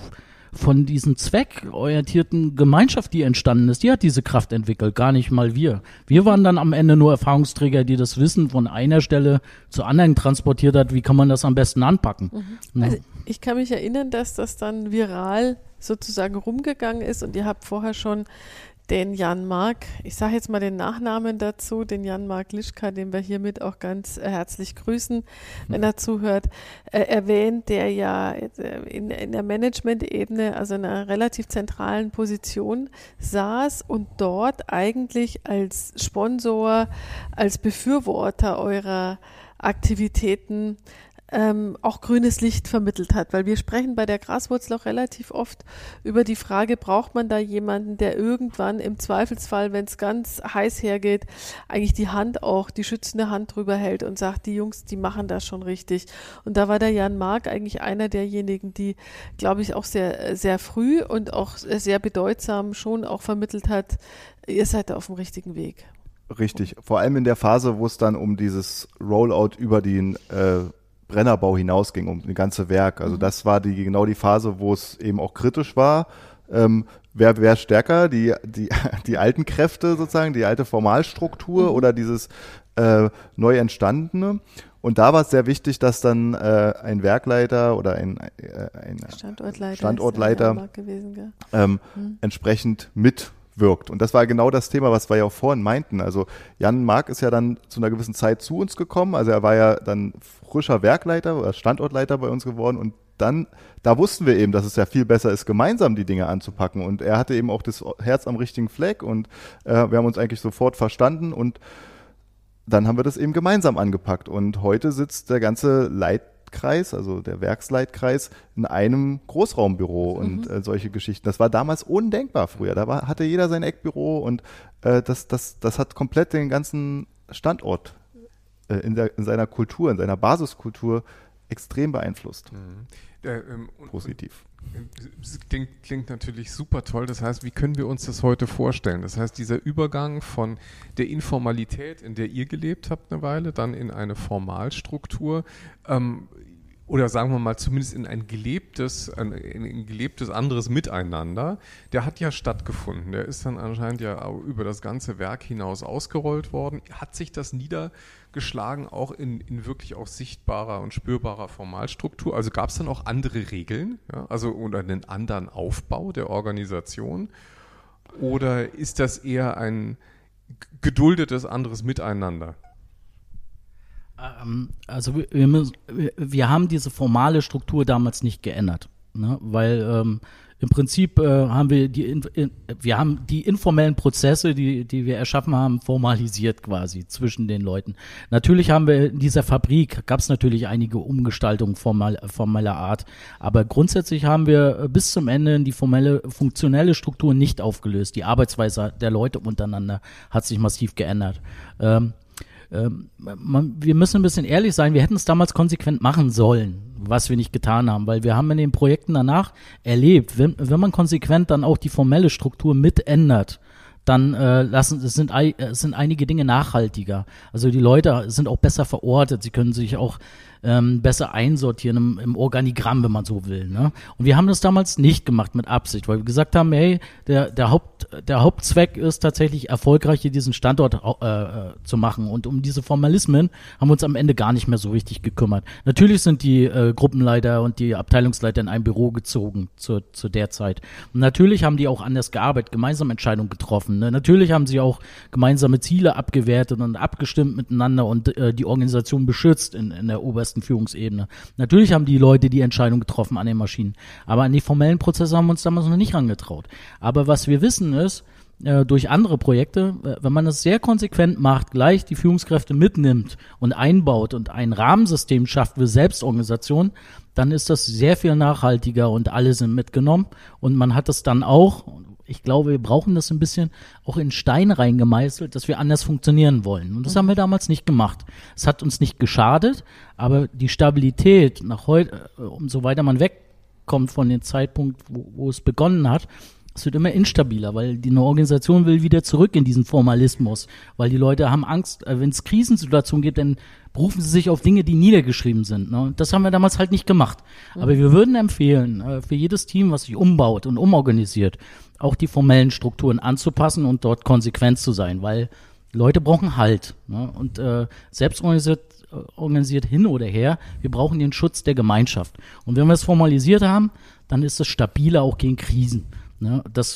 von diesem zweckorientierten Gemeinschaft, die entstanden ist, die hat diese Kraft entwickelt, gar nicht mal wir. Wir waren dann am Ende nur Erfahrungsträger, die das Wissen von einer Stelle zur anderen transportiert hat, wie kann man das am besten anpacken. Mhm. Also ich kann mich erinnern, dass das dann viral sozusagen rumgegangen ist und ihr habt vorher schon den Jan Mark, ich sage jetzt mal den Nachnamen dazu, den Jan Mark Lischka, den wir hiermit auch ganz äh, herzlich grüßen, wenn er zuhört, äh, erwähnt, der ja in, in der Management-Ebene, also in einer relativ zentralen Position saß und dort eigentlich als Sponsor, als Befürworter eurer Aktivitäten Ähm, auch grünes Licht vermittelt hat, weil wir sprechen bei der Graswurzel auch relativ oft über die Frage, braucht man da jemanden, der irgendwann im Zweifelsfall, wenn es ganz heiß hergeht, eigentlich die Hand auch, die schützende Hand drüber hält und sagt, die Jungs, die machen das schon richtig. Und da war der Jan Mark eigentlich einer derjenigen, die, glaube ich, auch sehr, sehr früh und auch sehr bedeutsam schon auch vermittelt hat, ihr seid da auf dem richtigen Weg. Richtig, vor allem in der Phase, wo es dann um dieses Rollout über den äh, Brennerbau hinausging, um das ganze Werk. Also das war die genau die Phase, wo es eben auch kritisch war. Ähm, wer wer stärker, die die die alten Kräfte sozusagen, die alte Formalstruktur mhm. oder dieses äh, neu entstandene. Und da war es sehr wichtig, dass dann äh, ein Werkleiter oder ein, äh, ein Standortleiter, Standortleiter gewesen, gell? ähm, mhm. entsprechend mit wirkt. Und das war genau das Thema, was wir ja auch vorhin meinten. Also Jan Mark ist ja dann zu einer gewissen Zeit zu uns gekommen. Also er war ja dann frischer Werkleiter oder Standortleiter bei uns geworden. Und dann, da wussten wir eben, dass es ja viel besser ist, gemeinsam die Dinge anzupacken. Und er hatte eben auch das Herz am richtigen Fleck. Und äh, wir haben uns eigentlich sofort verstanden. Und dann haben wir das eben gemeinsam angepackt. Und heute sitzt der ganze Leit Kreis, also der Werksleitkreis, in einem Großraumbüro und mhm. äh, solche Geschichten. Das war damals undenkbar früher. Da war, hatte jeder sein Eckbüro und äh, das, das, das hat komplett den ganzen Standort äh, in, der, in seiner Kultur, in seiner Basiskultur extrem beeinflusst. Mhm. Ja, ähm, und, Positiv. Es klingt, klingt natürlich super toll. Das heißt, wie können wir uns das heute vorstellen? Das heißt, dieser Übergang von der Informalität, in der ihr gelebt habt eine Weile, dann in eine Formalstruktur, ähm, oder sagen wir mal zumindest in ein gelebtes, ein, in ein gelebtes anderes Miteinander, der hat ja stattgefunden. Der ist dann anscheinend ja auch über das ganze Werk hinaus ausgerollt worden. Hat sich das niedergeschlagen auch in, in wirklich auch sichtbarer und spürbarer Formalstruktur? Also gab es dann auch andere Regeln, ja? Also oder einen anderen Aufbau der Organisation? Oder ist das eher ein geduldetes anderes Miteinander? Also wir, müssen, wir haben diese formale Struktur damals nicht geändert, ne? Weil ähm, im Prinzip äh, haben wir die in, wir haben die informellen Prozesse, die die wir erschaffen haben, formalisiert quasi zwischen den Leuten. Natürlich haben wir in dieser Fabrik gab es natürlich einige Umgestaltungen formal, formeller Art, aber grundsätzlich haben wir bis zum Ende die formelle funktionelle Struktur nicht aufgelöst. Die Arbeitsweise der Leute untereinander hat sich massiv geändert. Ähm, Ähm, man, wir müssen ein bisschen ehrlich sein, wir hätten es damals konsequent machen sollen, was wir nicht getan haben, weil wir haben in den Projekten danach erlebt, wenn, wenn man konsequent dann auch die formelle Struktur mit ändert, dann äh, lassen es sind, es sind einige Dinge nachhaltiger. Also die Leute sind auch besser verortet, sie können sich auch ähm, besser einsortieren im, im Organigramm, wenn man so will. Ne? Und wir haben das damals nicht gemacht mit Absicht, weil wir gesagt haben, hey, der, der, Haupt, der Hauptzweck ist tatsächlich erfolgreich hier diesen Standort äh, zu machen. Und um diese Formalismen haben wir uns am Ende gar nicht mehr so richtig gekümmert. Natürlich sind die äh, Gruppenleiter und die Abteilungsleiter in ein Büro gezogen zu, zu der Zeit. Und natürlich haben die auch anders gearbeitet, gemeinsam Entscheidungen getroffen. Ne? Natürlich haben sie auch gemeinsame Ziele abgewertet und abgestimmt miteinander und äh, die Organisation beschützt in, in der obersten Führungsebene. Natürlich haben die Leute die Entscheidung getroffen an den Maschinen, aber an die formellen Prozesse haben wir uns damals noch nicht rangetraut. Aber was wir wissen ist, äh, durch andere Projekte, äh, wenn man das sehr konsequent macht, gleich die Führungskräfte mitnimmt und einbaut und ein Rahmensystem schafft für Selbstorganisation, dann ist das sehr viel nachhaltiger und alle sind mitgenommen und man hat es dann auch, ich glaube, wir brauchen das ein bisschen auch in Stein reingemeißelt, dass wir anders funktionieren wollen. Und das haben wir damals nicht gemacht. Es hat uns nicht geschadet, aber die Stabilität nach heute, umso weiter man wegkommt von dem Zeitpunkt, wo, wo es begonnen hat, es wird immer instabiler, weil die eine Organisation will wieder zurück in diesen Formalismus, weil die Leute haben Angst, wenn es Krisensituationen gibt, dann berufen sie sich auf Dinge, die niedergeschrieben sind. Ne? Das haben wir damals halt nicht gemacht. Mhm. Aber wir würden empfehlen, für jedes Team, was sich umbaut und umorganisiert, auch die formellen Strukturen anzupassen und dort konsequent zu sein, weil Leute brauchen Halt. Ne? Und äh, selbst organisiert, organisiert hin oder her, wir brauchen den Schutz der Gemeinschaft. Und wenn wir es formalisiert haben, dann ist es stabiler auch gegen Krisen. Ne? Das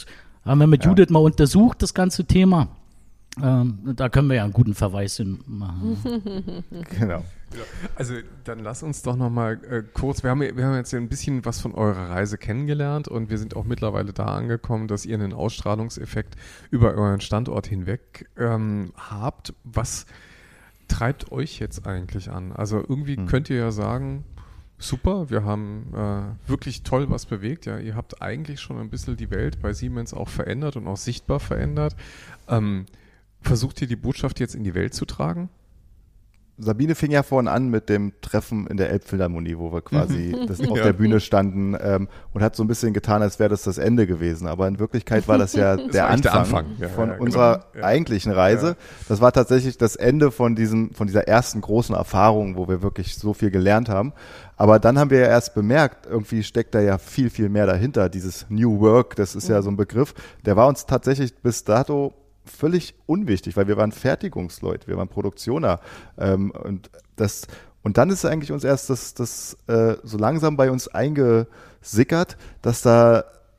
Haben wir mit Ja. Judith mal untersucht, das ganze Thema. Ähm, da können wir ja einen guten Verweis hin machen. Genau. Also dann lass uns doch nochmal äh, kurz, wir haben, wir haben jetzt ein bisschen was von eurer Reise kennengelernt und wir sind auch mittlerweile da angekommen, dass ihr einen Ausstrahlungseffekt über euren Standort hinweg ähm, habt. Was treibt euch jetzt eigentlich an? Also irgendwie Hm. könnt ihr ja sagen, super, wir haben äh, wirklich toll was bewegt. Ja, ihr habt eigentlich schon ein bisschen die Welt bei Siemens auch verändert und auch sichtbar verändert. Ähm, versucht ihr die Botschaft jetzt in die Welt zu tragen? Sabine fing ja vorhin an mit dem Treffen in der Elbphilharmonie, wo wir quasi das auf Ja. der Bühne standen ähm, und hat so ein bisschen getan, als wäre das das Ende gewesen. Aber in Wirklichkeit war das ja Das der, war eigentlich Anfang der Anfang. Ja, von ja, genau. unserer Ja. eigentlichen Reise. Ja. Das war tatsächlich das Ende von diesem, von dieser ersten großen Erfahrung, wo wir wirklich so viel gelernt haben. Aber dann haben wir ja erst bemerkt, irgendwie steckt da ja viel, viel mehr dahinter. Dieses New Work, das ist ja so ein Begriff, der war uns tatsächlich bis dato völlig unwichtig, weil wir waren Fertigungsleute, wir waren Produktioner ähm, und das und dann ist eigentlich uns erst das, das äh, so langsam bei uns eingesickert, dass da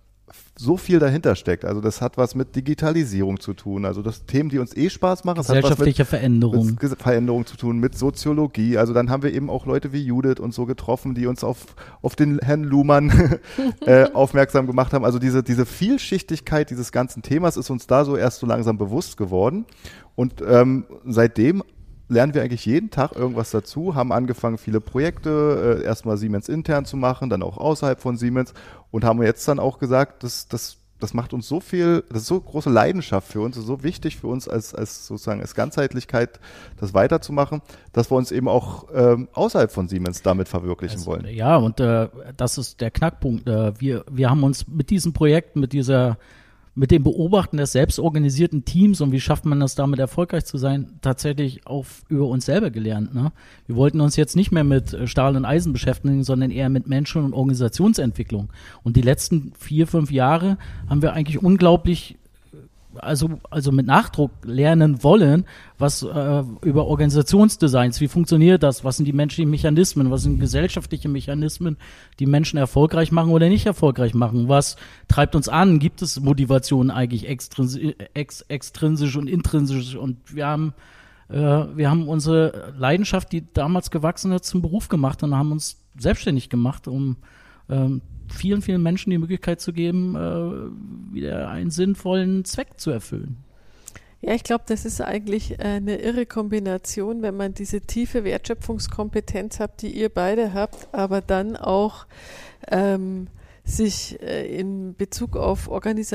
so viel dahinter steckt. Also das hat was mit Digitalisierung zu tun, also das Themen, die uns eh Spaß machen, das hat was Gesellschaftliche mit, Veränderung. mit Ges- Veränderung zu tun, mit Soziologie. Also dann haben wir eben auch Leute wie Judith und so getroffen, die uns auf, auf den Herrn Luhmann äh, aufmerksam gemacht haben. Also diese, diese Vielschichtigkeit dieses ganzen Themas ist uns da so erst so langsam bewusst geworden. Und ähm, seitdem lernen wir eigentlich jeden Tag irgendwas dazu, haben angefangen, viele Projekte äh, erstmal Siemens intern zu machen, dann auch außerhalb von Siemens und haben jetzt dann auch gesagt, das, das, das macht uns so viel, das ist so große Leidenschaft für uns, das ist so wichtig für uns als, als sozusagen als Ganzheitlichkeit, das weiterzumachen, dass wir uns eben auch ähm, außerhalb von Siemens damit verwirklichen Also, wollen. ja, und äh, das ist der Knackpunkt. Äh, wir, wir haben uns mit diesem Projekt, mit dieser mit dem Beobachten des selbstorganisierten Teams und wie schafft man das damit erfolgreich zu sein, tatsächlich auch über uns selber gelernt. Ne? Wir wollten uns jetzt nicht mehr mit Stahl und Eisen beschäftigen, sondern eher mit Menschen- und Organisationsentwicklung. Und die letzten vier, fünf Jahre haben wir eigentlich unglaublich Also, also mit Nachdruck lernen wollen, was äh, über Organisationsdesigns, wie funktioniert das, was sind die menschlichen Mechanismen, was sind gesellschaftliche Mechanismen, die Menschen erfolgreich machen oder nicht erfolgreich machen, was treibt uns an, gibt es Motivationen eigentlich extrinsisch, ex, extrinsisch und intrinsisch und wir haben, äh, wir haben unsere Leidenschaft, die damals gewachsen ist, zum Beruf gemacht und haben uns selbstständig gemacht, um ähm, vielen, vielen Menschen die Möglichkeit zu geben, äh, wieder einen sinnvollen Zweck zu erfüllen. Ja, ich glaube, das ist eigentlich eine irre Kombination, wenn man diese tiefe Wertschöpfungskompetenz hat, die ihr beide habt, aber dann auch ähm, sich äh, in Bezug auf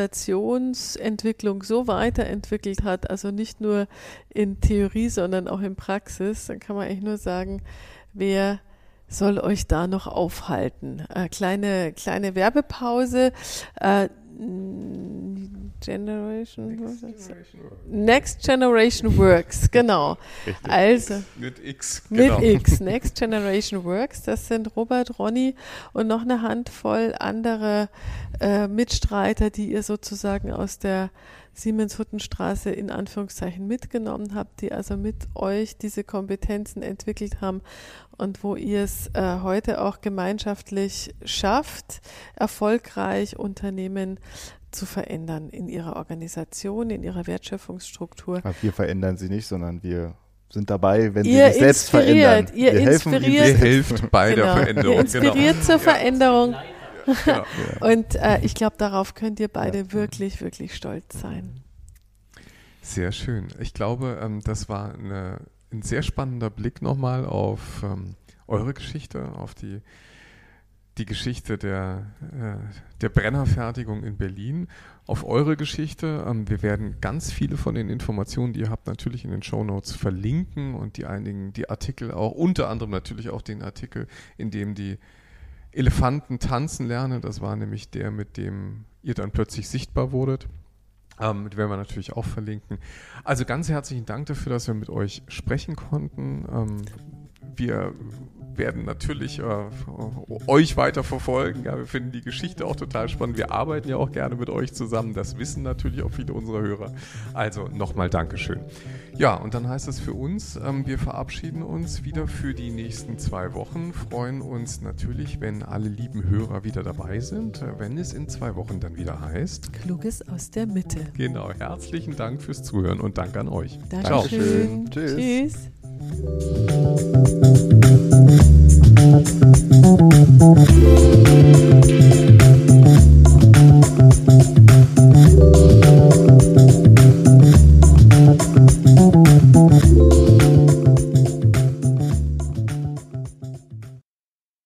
Organisationsentwicklung so weiterentwickelt hat, also nicht nur in Theorie, sondern auch in Praxis, dann kann man eigentlich nur sagen, wer soll euch da noch aufhalten? Äh, kleine, kleine Werbepause. Äh, Generation, Next Generation Works. Next Generation Works, genau. Richtig. Also Mit X, mit genau. X, Next Generation Works, das sind Robert, Ronny und noch eine Handvoll andere äh, Mitstreiter, die ihr sozusagen aus der Siemens-Huttenstraße in Anführungszeichen mitgenommen habt, die also mit euch diese Kompetenzen entwickelt haben und wo ihr es äh, heute auch gemeinschaftlich schafft, erfolgreich Unternehmen zu verändern in ihrer Organisation, in ihrer Wertschöpfungsstruktur. Aber wir verändern sie nicht, sondern wir sind dabei, wenn Ihr sie sich selbst inspiriert, verändern. ihr wir helfen ihnen inspiriert. Ihr selbst. helft bei der Genau. Veränderung. Ihr inspiriert genau. zur Veränderung. Genau. Und äh, ich glaube, darauf könnt ihr beide wirklich, wirklich stolz sein. Sehr schön. Ich glaube, ähm, das war eine, ein sehr spannender Blick nochmal auf ähm, eure Geschichte, auf die, die Geschichte der, äh, der Brennerfertigung in Berlin, auf eure Geschichte. Ähm, wir werden ganz viele von den Informationen, die ihr habt, natürlich in den Shownotes verlinken und die einigen, die Artikel auch, unter anderem natürlich auch den Artikel, in dem die Elefanten tanzen lernen. Das war nämlich der, mit dem ihr dann plötzlich sichtbar wurdet. Ähm, die werden wir natürlich auch verlinken. Also ganz herzlichen Dank dafür, dass wir mit euch sprechen konnten. Ähm, wir werden natürlich äh, euch weiter verfolgen. Ja, wir finden die Geschichte auch total spannend. Wir arbeiten ja auch gerne mit euch zusammen. Das wissen natürlich auch viele unserer Hörer. Also nochmal Dankeschön. Ja, und dann heißt es für uns, ähm, wir verabschieden uns wieder für die nächsten zwei Wochen. Freuen uns natürlich, wenn alle lieben Hörer wieder dabei sind, äh, wenn es in zwei Wochen dann wieder heißt. Kluges aus der Mitte. Genau, herzlichen Dank fürs Zuhören und Dank an euch. Dankeschön. Tschüss. Tschüss.